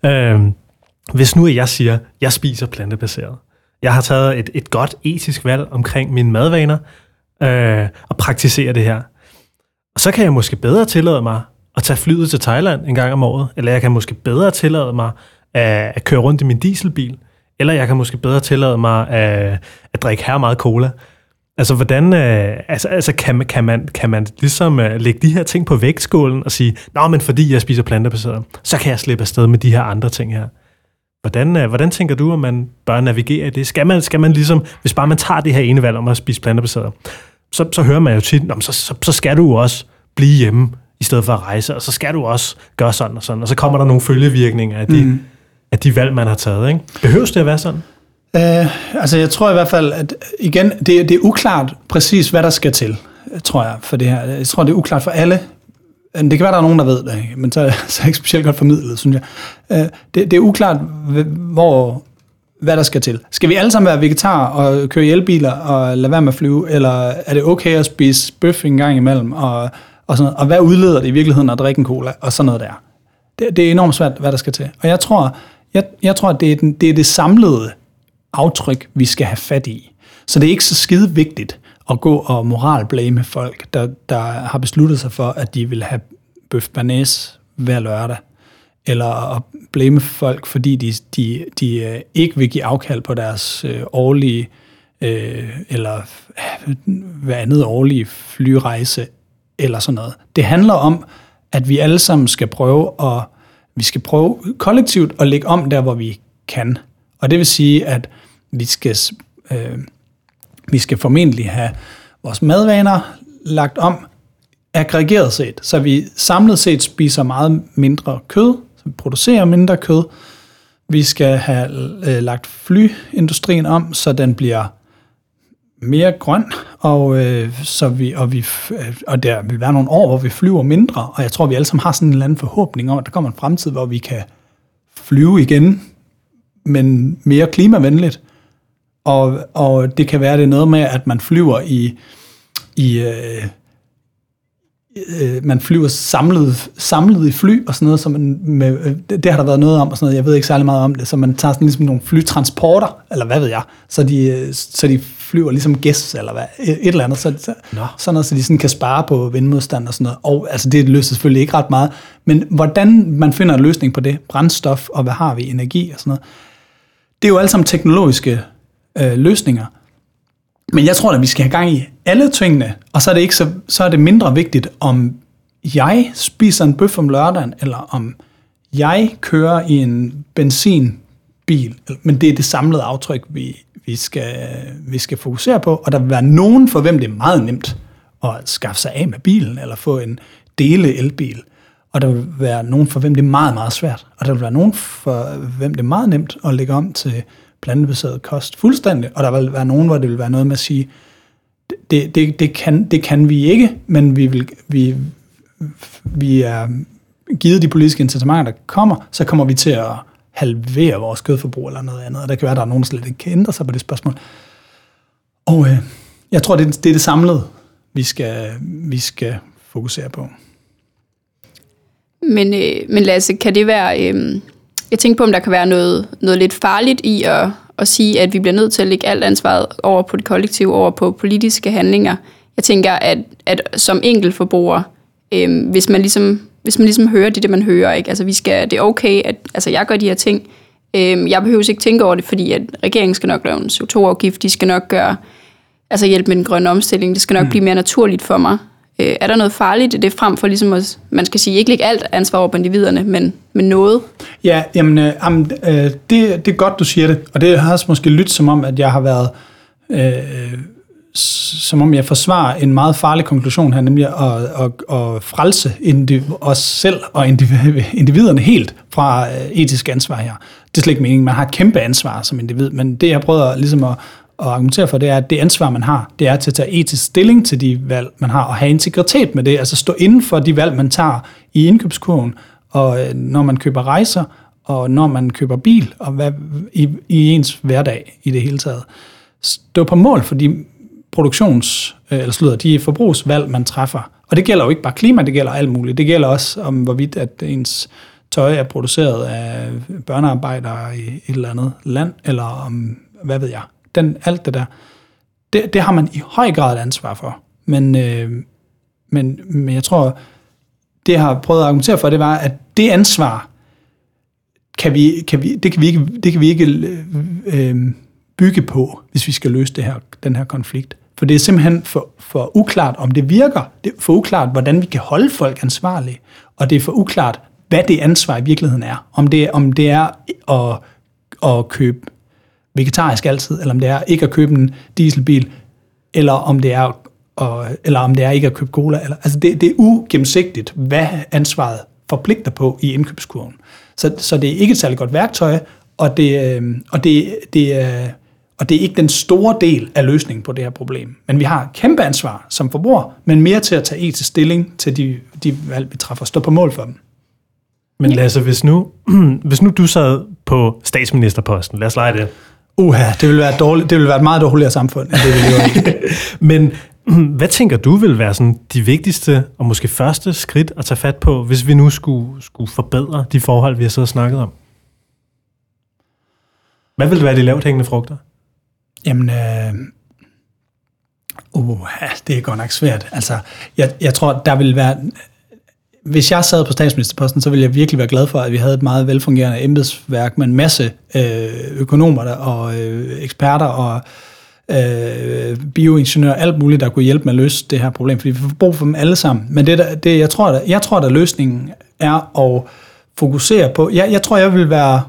hvis nu jeg siger, jeg spiser plantebaseret. Jeg har taget et godt etisk valg omkring mine madvaner og praktiserer det her. Og så kan jeg måske bedre tillade mig at tage flyet til Thailand en gang om året, eller jeg kan måske bedre tillade mig at køre rundt i min dieselbil, eller jeg kan måske bedre tillade mig at drikke her meget cola. Altså, hvordan kan man ligesom lægge de her ting på vægtskålen og sige, nå, men fordi jeg spiser plantebaseret, så kan jeg slippe afsted med de her andre ting her. Hvordan tænker du, at man bør navigere i det? Skal man ligesom, hvis bare man tager det her ene valg om at spise plantebaseret, så hører man jo tit, så skal du også blive hjemme i stedet for at rejse, og så skal du også gøre sådan og sådan, og så kommer der nogle følgevirkninger af de valg, man har taget. Ikke? Behøves det at være sådan? Altså jeg tror i hvert fald, at igen, det er uklart præcis, hvad der skal til, tror jeg, for det her. Jeg tror, det er uklart for alle. Det kan være, der er nogen, der ved det, men så er det ikke specielt godt formidlet, synes jeg. Det er uklart, hvad der skal til. Skal vi alle sammen være vegetarer og køre i elbiler og lade være med at flyve, eller er det okay at spise bøf en gang imellem, og sådan noget? Og hvad udleder det i virkeligheden at drikke en cola, og sådan noget der? Det er enormt svært, hvad der skal til. Og jeg tror, at det er det samlede aftryk, vi skal have fat i. Så det er ikke så skide vigtigt at gå og moralblame folk, der har besluttet sig for, at de vil have bøf banæs hver lørdag. Eller at blame folk, fordi de ikke vil give afkald på deres årlige, eller hver andet årlige flyrejse, eller sådan noget. Det handler om, at vi alle sammen skal prøve kollektivt at lægge om der, hvor vi kan. Og det vil sige, at vi skal formentlig have vores madvaner lagt om aggregeret set, så vi samlet set spiser meget mindre kød, så vi producerer mindre kød. Vi skal have lagt flyindustrien om, så den bliver mere grøn, og der vil være nogle år, hvor vi flyver mindre, og jeg tror, vi alle sammen har sådan en eller anden forhåbning om, at der kommer en fremtid, hvor vi kan flyve igen, men mere klimavenligt. Og det kan være, det er noget med, at man flyver man flyver samlet i fly og sådan noget, så det har der været noget om og sådan noget, jeg ved ikke særlig meget om det, så man tager sådan ligesom nogle flytransporter, eller hvad ved jeg, så de flyver ligesom gæs, eller hvad, et eller andet, sådan noget, så de sådan kan spare på vindmodstand og sådan noget, og altså det løser selvfølgelig ikke ret meget, men hvordan man finder en løsning på det, brændstof, og hvad har vi, energi og sådan noget, det er jo alle sammen teknologiske løsninger. Men jeg tror, at vi skal have gang i alle tingene, og så er det mindre vigtigt, om jeg spiser en bøf om lørdagen, eller om jeg kører i en benzinbil. Men det er det samlede aftryk, vi skal fokusere på, og der vil være nogen, for hvem det er meget nemt at skaffe sig af med bilen, eller få en dele elbil. Og der vil være nogen, for hvem det er meget, meget svært. Og der vil være nogen, for hvem det er meget nemt at lægge om til plantebaseret kost fuldstændig, og der vil være nogen, hvor det vil være noget med at sige, det kan vi ikke, men vi er givet de politiske incitamenter, der kommer, så kommer vi til at halvere vores kødforbrug eller noget andet, og der kan være, der er nogen, der slet ikke kan ændre sig på det spørgsmål. Og jeg tror, det er det samlede, vi skal fokusere på. Men Lasse, kan det være... jeg tænker på, om der kan være noget lidt farligt i at sige, at vi bliver nødt til at lægge alt ansvaret over på det kollektive, over på politiske handlinger. Jeg tænker, at som enkeltforbruger, hvis man ligesom hører det man hører, ikke? Altså, det er okay, at jeg gør de her ting. Jeg behøver ikke tænke over det, fordi at regeringen skal nok lave en CO2-afgift, de skal nok hjælpe med den grønne omstilling, det skal nok blive mere naturligt for mig. Er der noget farligt i det, frem for ligesom at, man skal sige, ikke lægge alt ansvar over på individerne, men noget? Ja, jamen, det er godt, du siger det, og det har også måske lyttet som om, at jeg har været, som om jeg forsvarer en meget farlig konklusion her, nemlig at frelse os selv og individerne helt fra etisk ansvar her. Det er slet ikke meningen, man har et kæmpe ansvar som individ, men det jeg prøver ligesom at argumentere for, det er, at det ansvar, man har, det er til at tage etisk stilling til de valg, man har, og have integritet med det, altså stå inden for de valg, man tager i indkøbskurven, og når man køber rejser, og når man køber bil, og i ens hverdag i det hele taget. Stå på mål for de de forbrugsvalg, man træffer. Og det gælder jo ikke bare klima, det gælder alt muligt. Det gælder også om, hvorvidt at ens tøj er produceret af børnearbejdere i et eller andet land, eller om, hvad ved jeg, alt det der. Det har man i høj grad et ansvar for. Men jeg tror, det jeg har prøvet at argumentere for, det var, at det ansvar kan vi ikke bygge på, hvis vi skal løse den her konflikt. For det er simpelthen for uklart, om det virker. Det er for uklart, hvordan vi kan holde folk ansvarlige. Og det er for uklart, hvad det ansvar i virkeligheden er. Om det er at købe vegetarisk altid, eller om det er ikke at købe en dieselbil, eller om det er ikke at købe cola. Altså det er ugennemsigtigt, hvad ansvaret forpligter på i indkøbskurven. Så det er ikke et særligt godt værktøj, og det er ikke den store del af løsningen på det her problem. Men vi har kæmpe ansvar som forbruger, men mere til at tage etisk stilling til de valg, vi træffer, stå på mål for dem. Men Lasse, hvis nu du sad på statsministerposten, lad os lege det. Det ville være dårligt. Det ville være et meget dårligere samfund, end det ville jo. Men hvad tænker du vil være sådan de vigtigste og måske første skridt at tage fat på, hvis vi nu skulle forbedre de forhold, vi har så snakket om? Hvad vil det være de lavt hængende frugter? Jamen, det er godt nok svært. Altså, jeg tror, der vil være... Hvis jeg sad på statsministerposten, så ville jeg virkelig være glad for, at vi havde et meget velfungerende embedsværk med en masse økonomer og eksperter og bioingeniører, alt muligt, der kunne hjælpe med at løse det her problem, fordi vi får brug for dem alle sammen. Men jeg tror, at løsningen er at fokusere på... Jeg tror, jeg vil være...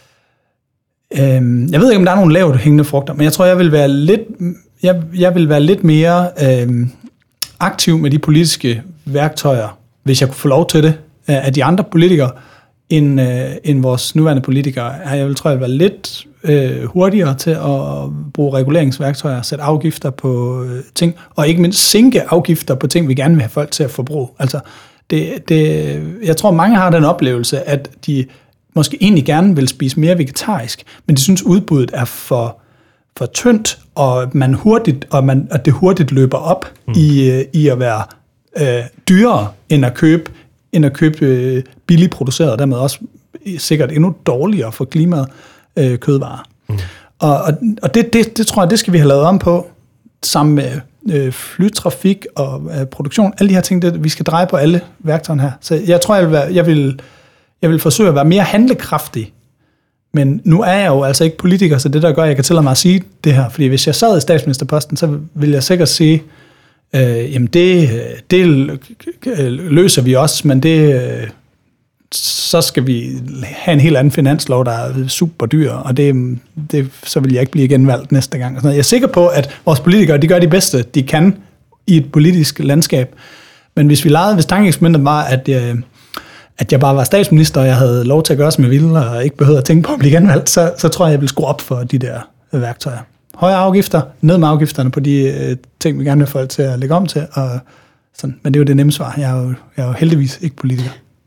jeg ved ikke, om der er nogle lavt hængende frugter, men jeg tror, jeg vil være lidt mere aktiv med de politiske værktøjer, hvis jeg kunne få lov til det, af de andre politikere, end vores nuværende politikere. Jeg vil være lidt hurtigere til at bruge reguleringsværktøjer, sætte afgifter på ting, og ikke mindst sænke afgifter på ting, vi gerne vil have folk til at forbruge. Altså, jeg tror, mange har den oplevelse, at de måske egentlig gerne vil spise mere vegetarisk, men de synes, udbuddet er for tyndt, og at det hurtigt løber op i at være dyrere end at købe billigt produceret, og dermed også sikkert endnu dårligere for klimaet kødvarer. Og det tror jeg, det skal vi have lavet om på, sammen med flytrafik og produktion. Alle de her ting, vi skal dreje på alle værktøjerne her. Så jeg tror, jeg vil forsøge at være mere handlekraftig. Men nu er jeg jo altså ikke politiker, så det der gør, jeg kan tillade mig at sige det her. Fordi hvis jeg sad i statsministerposten, så vil jeg sikkert sige, jamen det løser vi også, men så skal vi have en helt anden finanslov, der er super dyr, og så vil jeg ikke blive genvalgt næste gang. Jeg er sikker på, at vores politikere, de gør det bedste, de kan i et politisk landskab. Men hvis tankeeksperimentet var, jeg bare var statsminister, og jeg havde lov til at gøre, som jeg ville, og ikke behøvede at tænke på at blive genvalgt, så tror jeg ville skrue op for de der værktøjer. Højere afgifter, ned med afgifterne på de ting, vi gerne vil have folk til at lægge om til, og sådan. Men det er jo det nemme svar. Jeg er jo heldigvis ikke politiker.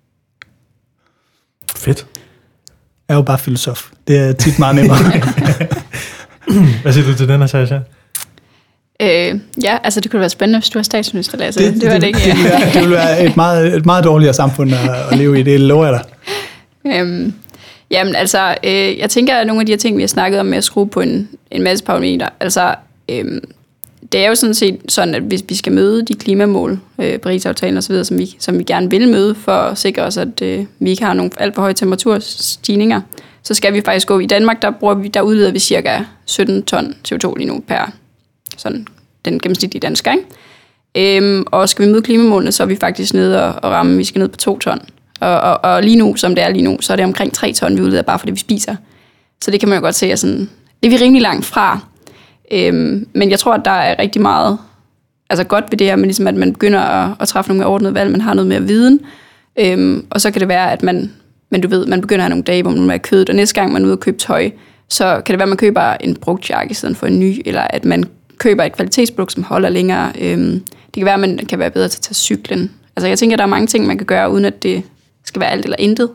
Fedt. Jeg er jo bare filosof. Det er tit meget nemmere. Hvad siger du til den her, Sasha? Ja, altså det kunne være spændende, hvis du var statsminister, Lasse. Det ville være et meget dårligere samfund at leve i, det lover jeg dig. Jamen altså, jeg tænker, at nogle af de her ting, vi har snakket om med at skrue på en masse parametre, altså det er jo sådan set sådan, at hvis vi skal møde de klimamål, Paris-aftalen osv., som vi gerne vil møde, for at sikre os, at vi ikke har nogle alt for høje temperaturstigninger, så skal vi faktisk gå. I Danmark, der udleder vi cirka 17 ton CO2 lige nu per sådan den gennemsnitlige dansker, ikke? Og skal vi møde klimamålene, så er vi faktisk nede og ramme, vi skal ned på 2 ton. Og lige nu, som det er lige nu, så er det omkring 3 ton, vi udleder bare for det, vi spiser. Så det kan man jo godt se, at sådan, det er vi rimelig langt fra. Men jeg tror, at der er rigtig meget altså godt ved det her, men ligesom at man begynder at træffe nogle mere ordnede valg, man har noget mere viden. Og så kan det være, at man begynder at have nogle dage, hvor man er kødet, og næste gang man er ude og købe tøj, så kan det være, at man køber en brugt jakke i stedet for en ny, eller at man køber et kvalitetsprodukt, som holder længere. Det kan være, at man kan være bedre til at tage cyklen. Altså jeg tænker, at der er mange ting, man kan gøre, uden at det skal være alt eller intet.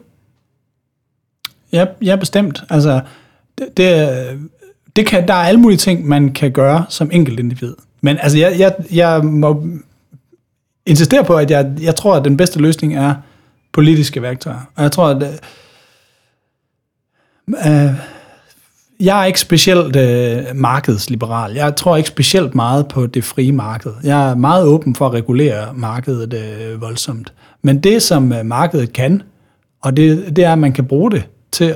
Ja, bestemt. Altså, der er alle mulige ting, man kan gøre som enkelt individ. Men altså, jeg må insistere på, at jeg tror, at den bedste løsning er politiske værktøjer. Og jeg tror, at jeg er ikke specielt markedsliberal. Jeg tror ikke specielt meget på det frie marked. Jeg er meget åben for at regulere markedet voldsomt. Men det, som markedet kan, og det er, at man kan bruge det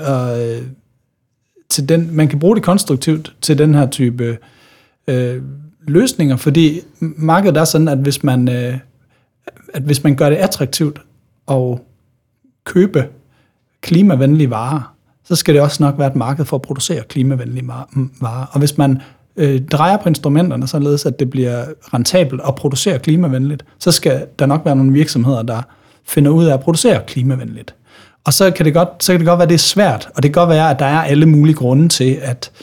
man kan bruge det konstruktivt til den her type løsninger, fordi markedet er sådan, at hvis man gør det attraktivt at købe klimavenlige varer, så skal det også nok være et marked for at producere klimavenlige varer. Og hvis man drejer på instrumenterne, således at det bliver rentabelt at producere klimavenligt, så skal der nok være nogle virksomheder, der finder ud af at producere klimavenligt. Og så kan det godt være, at det er svært, og det kan godt være, at der er alle mulige grunde til,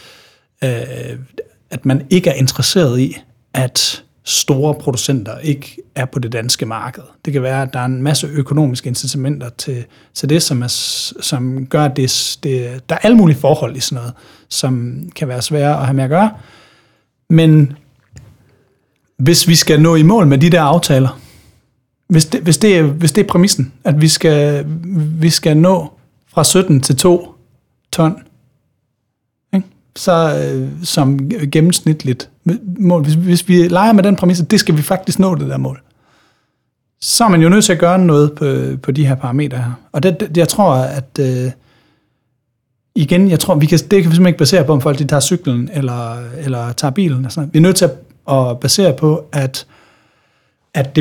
at man ikke er interesseret i, at store producenter ikke er på det danske marked. Det kan være, at der er en masse økonomiske incitamenter til det, som gør, at der er alle mulige forhold i sådan noget, som kan være svære at have med at gøre. Men hvis vi skal nå i mål med de der aftaler, hvis det er præmissen, at vi skal nå fra 17 til 2 ton, ikke? Så som gennemsnitligt mål, hvis vi leger med den præmis, det skal vi faktisk nå det der mål, så er man jo nødt til at gøre noget på de her parametre her. Og jeg tror, at det kan vi simpelthen ikke basere på, om folk de tager cyklen eller tager bilen. Og sådan. Vi er nødt til at basere på, at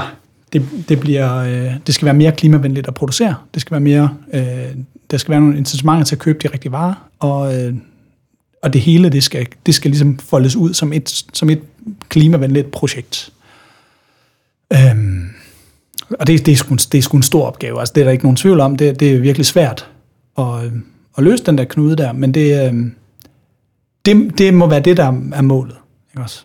det skal være mere klimavenligt at producere. Det skal være mere, der skal være nogle incitamenter til at købe de rigtige varer, og det hele det skal ligesom foldes ud som et klimavenligt projekt. Og det er sgu en stor opgave. Altså, det er der ikke nogen tvivl om. Det er virkelig svært at løse den der knude der, men det må være det, der er målet. Ikke også?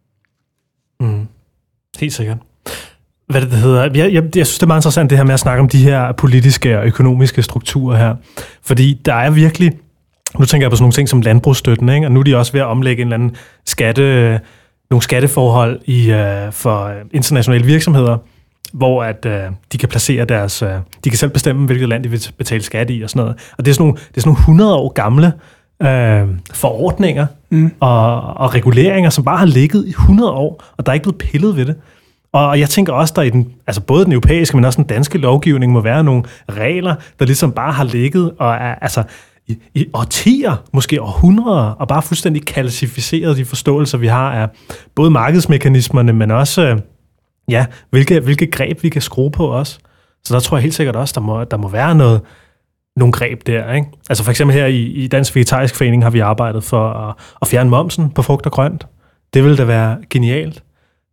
Helt sikkert. Hvad det hedder? Jeg synes, det er meget interessant det her med at snakke om de her politiske og økonomiske strukturer her. Fordi der er virkelig, nu tænker jeg på sådan nogle ting som landbrugsstøtten, ikke? Og nu er de også ved at omlægge en eller anden nogle skatteforhold for internationale virksomheder, hvor at de kan placere de kan selv bestemme, hvilket land de vil betale skat i og sådan noget. Og det er sådan nogle 100 år gamle forordninger og reguleringer, som bare har ligget i 100 år, og der er ikke blevet pillet ved det. Og jeg tænker også, der altså både den europæiske, men også den danske lovgivning må være nogle regler, der ligesom bare har ligget og er altså i årtier, måske århundreder, og bare fuldstændig kalcificeret de forståelser, vi har af både markedsmekanismerne, men også hvilke greb vi kan skrue på også. Så der tror jeg helt sikkert også, der må være nogle greb der, ikke? Altså for eksempel her i Dansk Vegetarisk Forening har vi arbejdet for at fjerne momsen på frugt og grønt. Det ville da være genialt.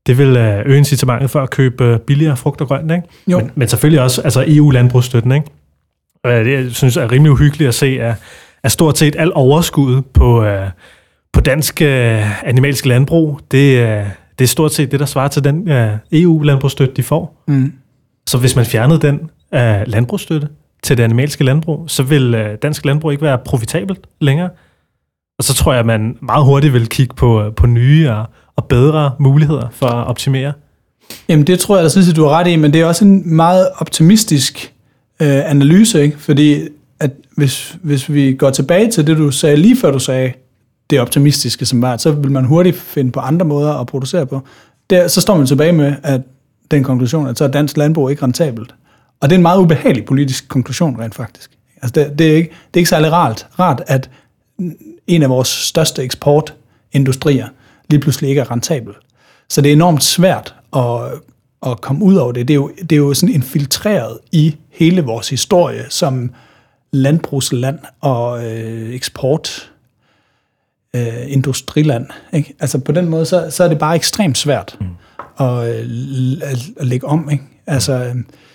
Det vil øge incitamentet for at købe billigere frugt og grønt, ikke? Jo. Men selvfølgelig også altså EU-landbrugsstøtten, ikke? Det, jeg synes er rimelig uhyggeligt at se, at stort set alt overskud på dansk animalsk landbrug, det er stort set det, der svarer til den EU-landbrugsstøtte, de får. Mm. Så hvis man fjernede den landbrugsstøtte til det animalske landbrug, så vil dansk landbrug ikke være profitabelt længere. Og så tror jeg, at man meget hurtigt vil kigge på nye og bedre muligheder for at optimere. Jamen det tror jeg, at du har ret i, men det er også en meget optimistisk analyse, ikke? Fordi at hvis vi går tilbage til det, du sagde lige før du sagde det optimistiske, som var, så vil man hurtigt finde på andre måder at producere på. Så står man tilbage med at den konklusion, at så er dansk landbrug ikke rentabelt. Og det er en meget ubehagelig politisk konklusion rent faktisk. Altså det er ikke særlig rart, at en af vores største eksportindustrier lige pludselig ikke er rentabel. Så det er enormt svært at komme ud over det. Det er jo sådan infiltreret i hele vores historie som landbrugsland og industriland. Ikke? Altså på den måde, så er det bare ekstremt svært at lægge om. Ikke? Altså,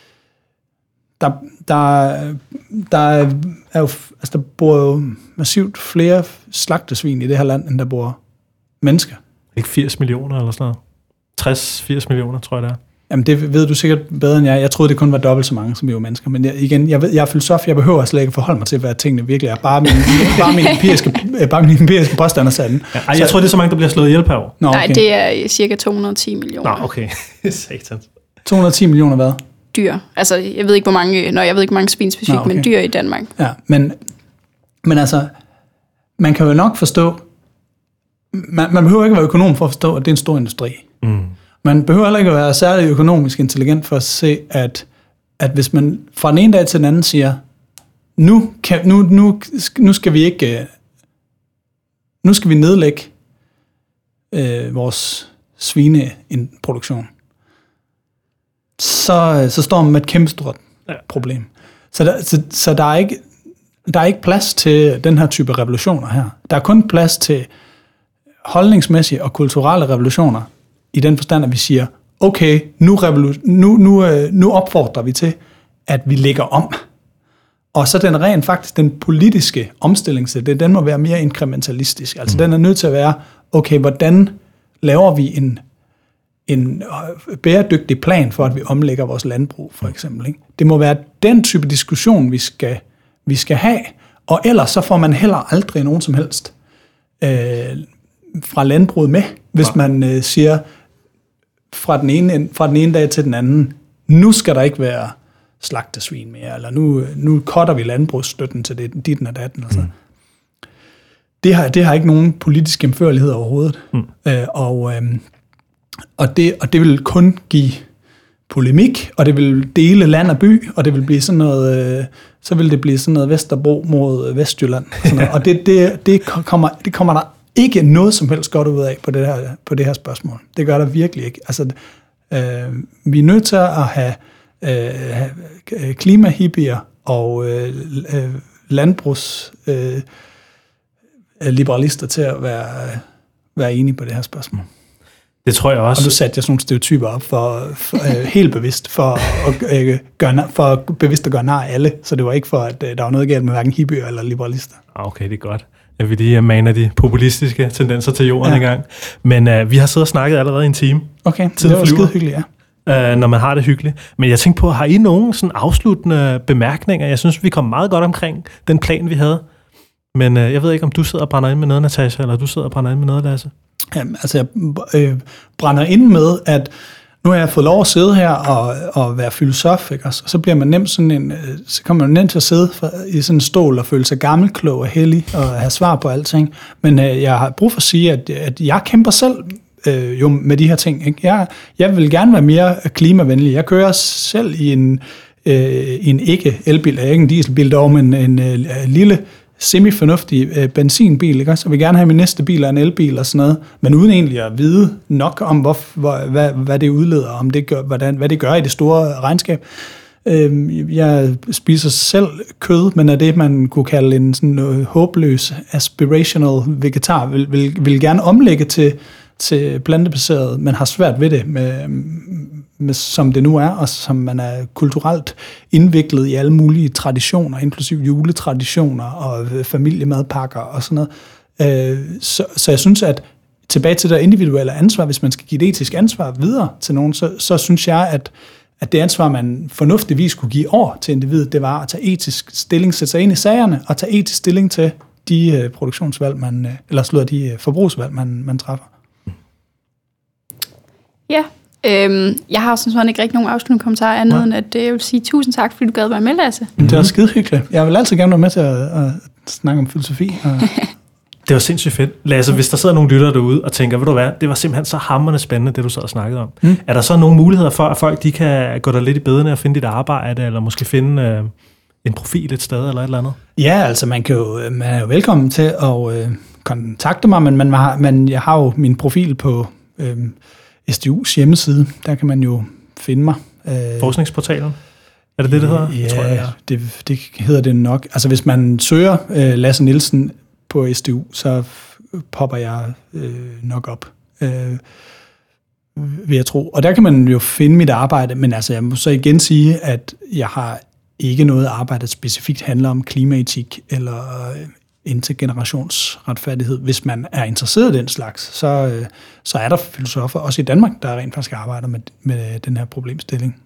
der bor jo massivt flere slagtesvin i det her land, end der bor mennesker. Ikke 80 millioner eller sådan noget? 60-80 millioner, tror jeg det er. Jamen det ved du sikkert bedre end jeg. Jeg troede, det kun var dobbelt så mange, som vi var mennesker. Men jeg er filosof, jeg behøver slet ikke forholde mig til, hvad tingene virkelig er. Bare min empiriske påstand er sanden. Ja, jeg tror, det er så mange, der bliver slået ihjel per år. Nå, okay. Nej, det er cirka 210 millioner. Nå, okay. Satans. 210 millioner hvad? Dyr. Altså, jeg ved ikke, hvor mange svin specifikt, okay. Men dyr i Danmark. Ja, men altså, man kan jo nok forstå, man behøver ikke at være økonom for at forstå, at det er en stor industri. Mm. Man behøver heller ikke at være særlig økonomisk intelligent for at se, at hvis man fra den ene dag til den anden siger, nu skal vi nedlægge vores svineproduktion, så står man med et kæmpestort problem. Så der er ikke plads til den her type revolutioner her. Der er kun plads til holdningsmæssige og kulturelle revolutioner, i den forstand, at vi siger, okay, nu opfordrer vi til, at vi lægger om. Og så den politiske omstilling til det, den må være mere inkrementalistisk. Altså den er nødt til at være, okay, hvordan laver vi en bæredygtig plan for, at vi omlægger vores landbrug, for eksempel. Ikke? Det må være den type diskussion, vi skal have, og ellers så får man heller aldrig nogen som helst fra landbruget med, hvis man siger fra den ene dag til den anden, nu skal der ikke være slagtesvin mere, eller nu cutter vi landbrugsstøtten til det, ditten og datten. Altså. Det har ikke nogen politisk gennemførlighed overhovedet. Og det vil kun give polemik, og det vil dele land og by, og det vil blive sådan noget, så vil det blive sådan noget Vesterbro mod Vestjylland. Og det kommer der ikke noget som helst godt ud af på det her spørgsmål. Det gør der virkelig ikke. Altså, vi er nødt til at have klimahippier og landbrugsliberalister til at være enige på det her spørgsmål. Det tror jeg også. Og nu satte jeg sådan nogle stereotyper op for helt bevidst, for bevidst at gøre nar af alle, så det var ikke for, at der var noget galt med hverken hippier eller liberalister. Okay, det er godt. Jeg vil lige mane de populistiske tendenser til jorden i gang. Men vi har siddet og snakket allerede i en time. Okay, det var skide hyggeligt, når man har det hyggeligt. Men jeg tænkte på, har I nogen sådan afsluttende bemærkninger? Jeg synes, vi kom meget godt omkring den plan, vi havde. Men jeg ved ikke, om du sidder og brænder ind med noget, Natasha, eller du sidder og brænder ind med noget, Lasse? Jamen, altså, jeg brænder ind med, at nu har jeg fået lov at sidde her og være filosof, ikke? Og så bliver man nemt så kommer man nemt til at sidde i sådan en stol og føle sig gammelklog og hellig og have svar på alting. Men jeg har brug for at sige, at jeg kæmper selv jo med de her ting. Ikke? Jeg vil gerne være mere klimavenlig. Jeg kører selv i en ikke-elbil, ikke en dieselbil dog, men en lille semi-fornuftig benzinbil, ikke? Så jeg vil gerne have min næste bil og en elbil og sådan noget, men uden egentlig at vide nok om, hvad det udleder, om det gør, hvad det gør i det store regnskab. Jeg spiser selv kød, men er det, man kunne kalde en sådan håbløs, aspirational vegetar, vil gerne omlægge til plantebaseret, men har svært ved det, med, som det nu er, og som man er kulturelt indviklet i alle mulige traditioner, inklusive juletraditioner og familiemadpakker og sådan noget. Så jeg synes, at tilbage til det individuelle ansvar, hvis man skal give et etisk ansvar videre til nogen, så synes jeg, at det ansvar, man fornuftigvis kunne give over til individet, det var at tage etisk stilling, sætte sig ind i sagerne, og tage etisk stilling til de produktionsvalg, de forbrugsvalg, man træffer. Ja, jeg har sådan sådan ikke rigtig nogen afsluttende kommentarer andet end, at jeg vil sige tusind tak, fordi du gad være med, Lasse. Det var skide hyggeligt. Jeg vil altid gerne være med til at snakke om filosofi. Det var sindssygt fedt. Lasse, hvis der sidder nogle lyttere derude og tænker, ved du hvad, det var simpelthen så hamrende spændende, det du sad og snakkede om. Er der så nogle muligheder for, at folk de kan gå der lidt i bedene og finde dit arbejde, eller måske finde en profil et sted eller et eller andet? Ja, altså man er jo velkommen til at kontakte mig, men jeg har jo min profil på SDU's hjemmeside. Der kan man jo finde mig. Forskningsportalen? Er det hedder? Ja, tror jeg, det hedder det nok. Altså hvis man søger Lasse Nielsen på SDU, så popper jeg nok op, vil jeg tro. Og der kan man jo finde mit arbejde, men altså jeg må så igen sige, at jeg har ikke noget arbejde, der specifikt handler om klimaetik eller intergenerationsretfærdighed. Hvis man er interesseret i den slags, så er der filosofer, også i Danmark, der rent faktisk arbejder med den her problemstilling.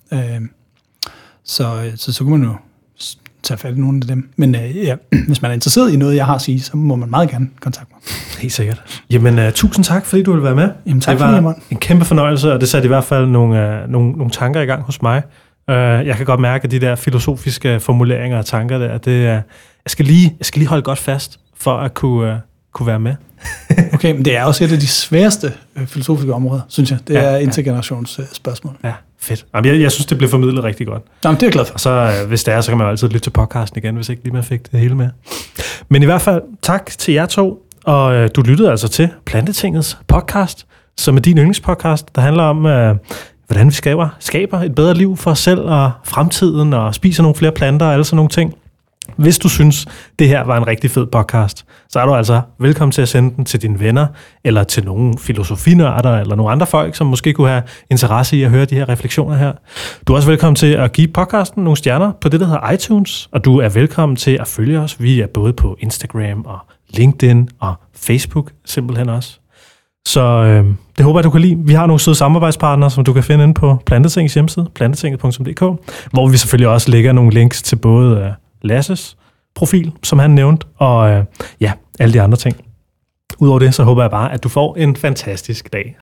Så kunne man jo tage fat i nogle af dem. Men hvis man er interesseret i noget, jeg har at sige, så må man meget gerne kontakte mig. Helt sikkert. Jamen, tusind tak, fordi du ville være med. Jamen, tak det var en kæmpe fornøjelse, og det satte i hvert fald nogle tanker i gang hos mig. Jeg kan godt mærke, at de der filosofiske formuleringer og tanker der, jeg skal lige holde godt fast, for at kunne være med. Okay, men det er også et af de sværeste filosofiske områder, synes jeg. Det er intergenerations spørgsmål. Ja, fedt. Jamen, jeg synes, det blev formidlet rigtig godt. Jamen, det er jeg glad for. Og så, hvis det er, så kan man jo altid lytte til podcasten igen, hvis ikke lige man fik det hele med. Men i hvert fald, tak til jer to. Og du lyttede altså til Plantetingets podcast, som er din yndlingspodcast, der handler om, hvordan vi skaber et bedre liv for os selv og fremtiden, og spiser nogle flere planter og alle sådan nogle ting. Hvis du synes, det her var en rigtig fed podcast, så er du altså velkommen til at sende den til dine venner, eller til nogle filosofinørder, eller nogle andre folk, som måske kunne have interesse i at høre de her refleksioner her. Du er også velkommen til at give podcasten nogle stjerner på det, der hedder iTunes, og du er velkommen til at følge os. Vi er både på Instagram og LinkedIn og Facebook simpelthen også. Så det håber jeg, du kan lide. Vi har nogle søde samarbejdspartnere, som du kan finde inde på Plantetingets hjemmeside, plantetinget.dk, hvor vi selvfølgelig også lægger nogle links til både Lasses profil, som han nævnte, og alle de andre ting. Udover det, så håber jeg bare, at du får en fantastisk dag.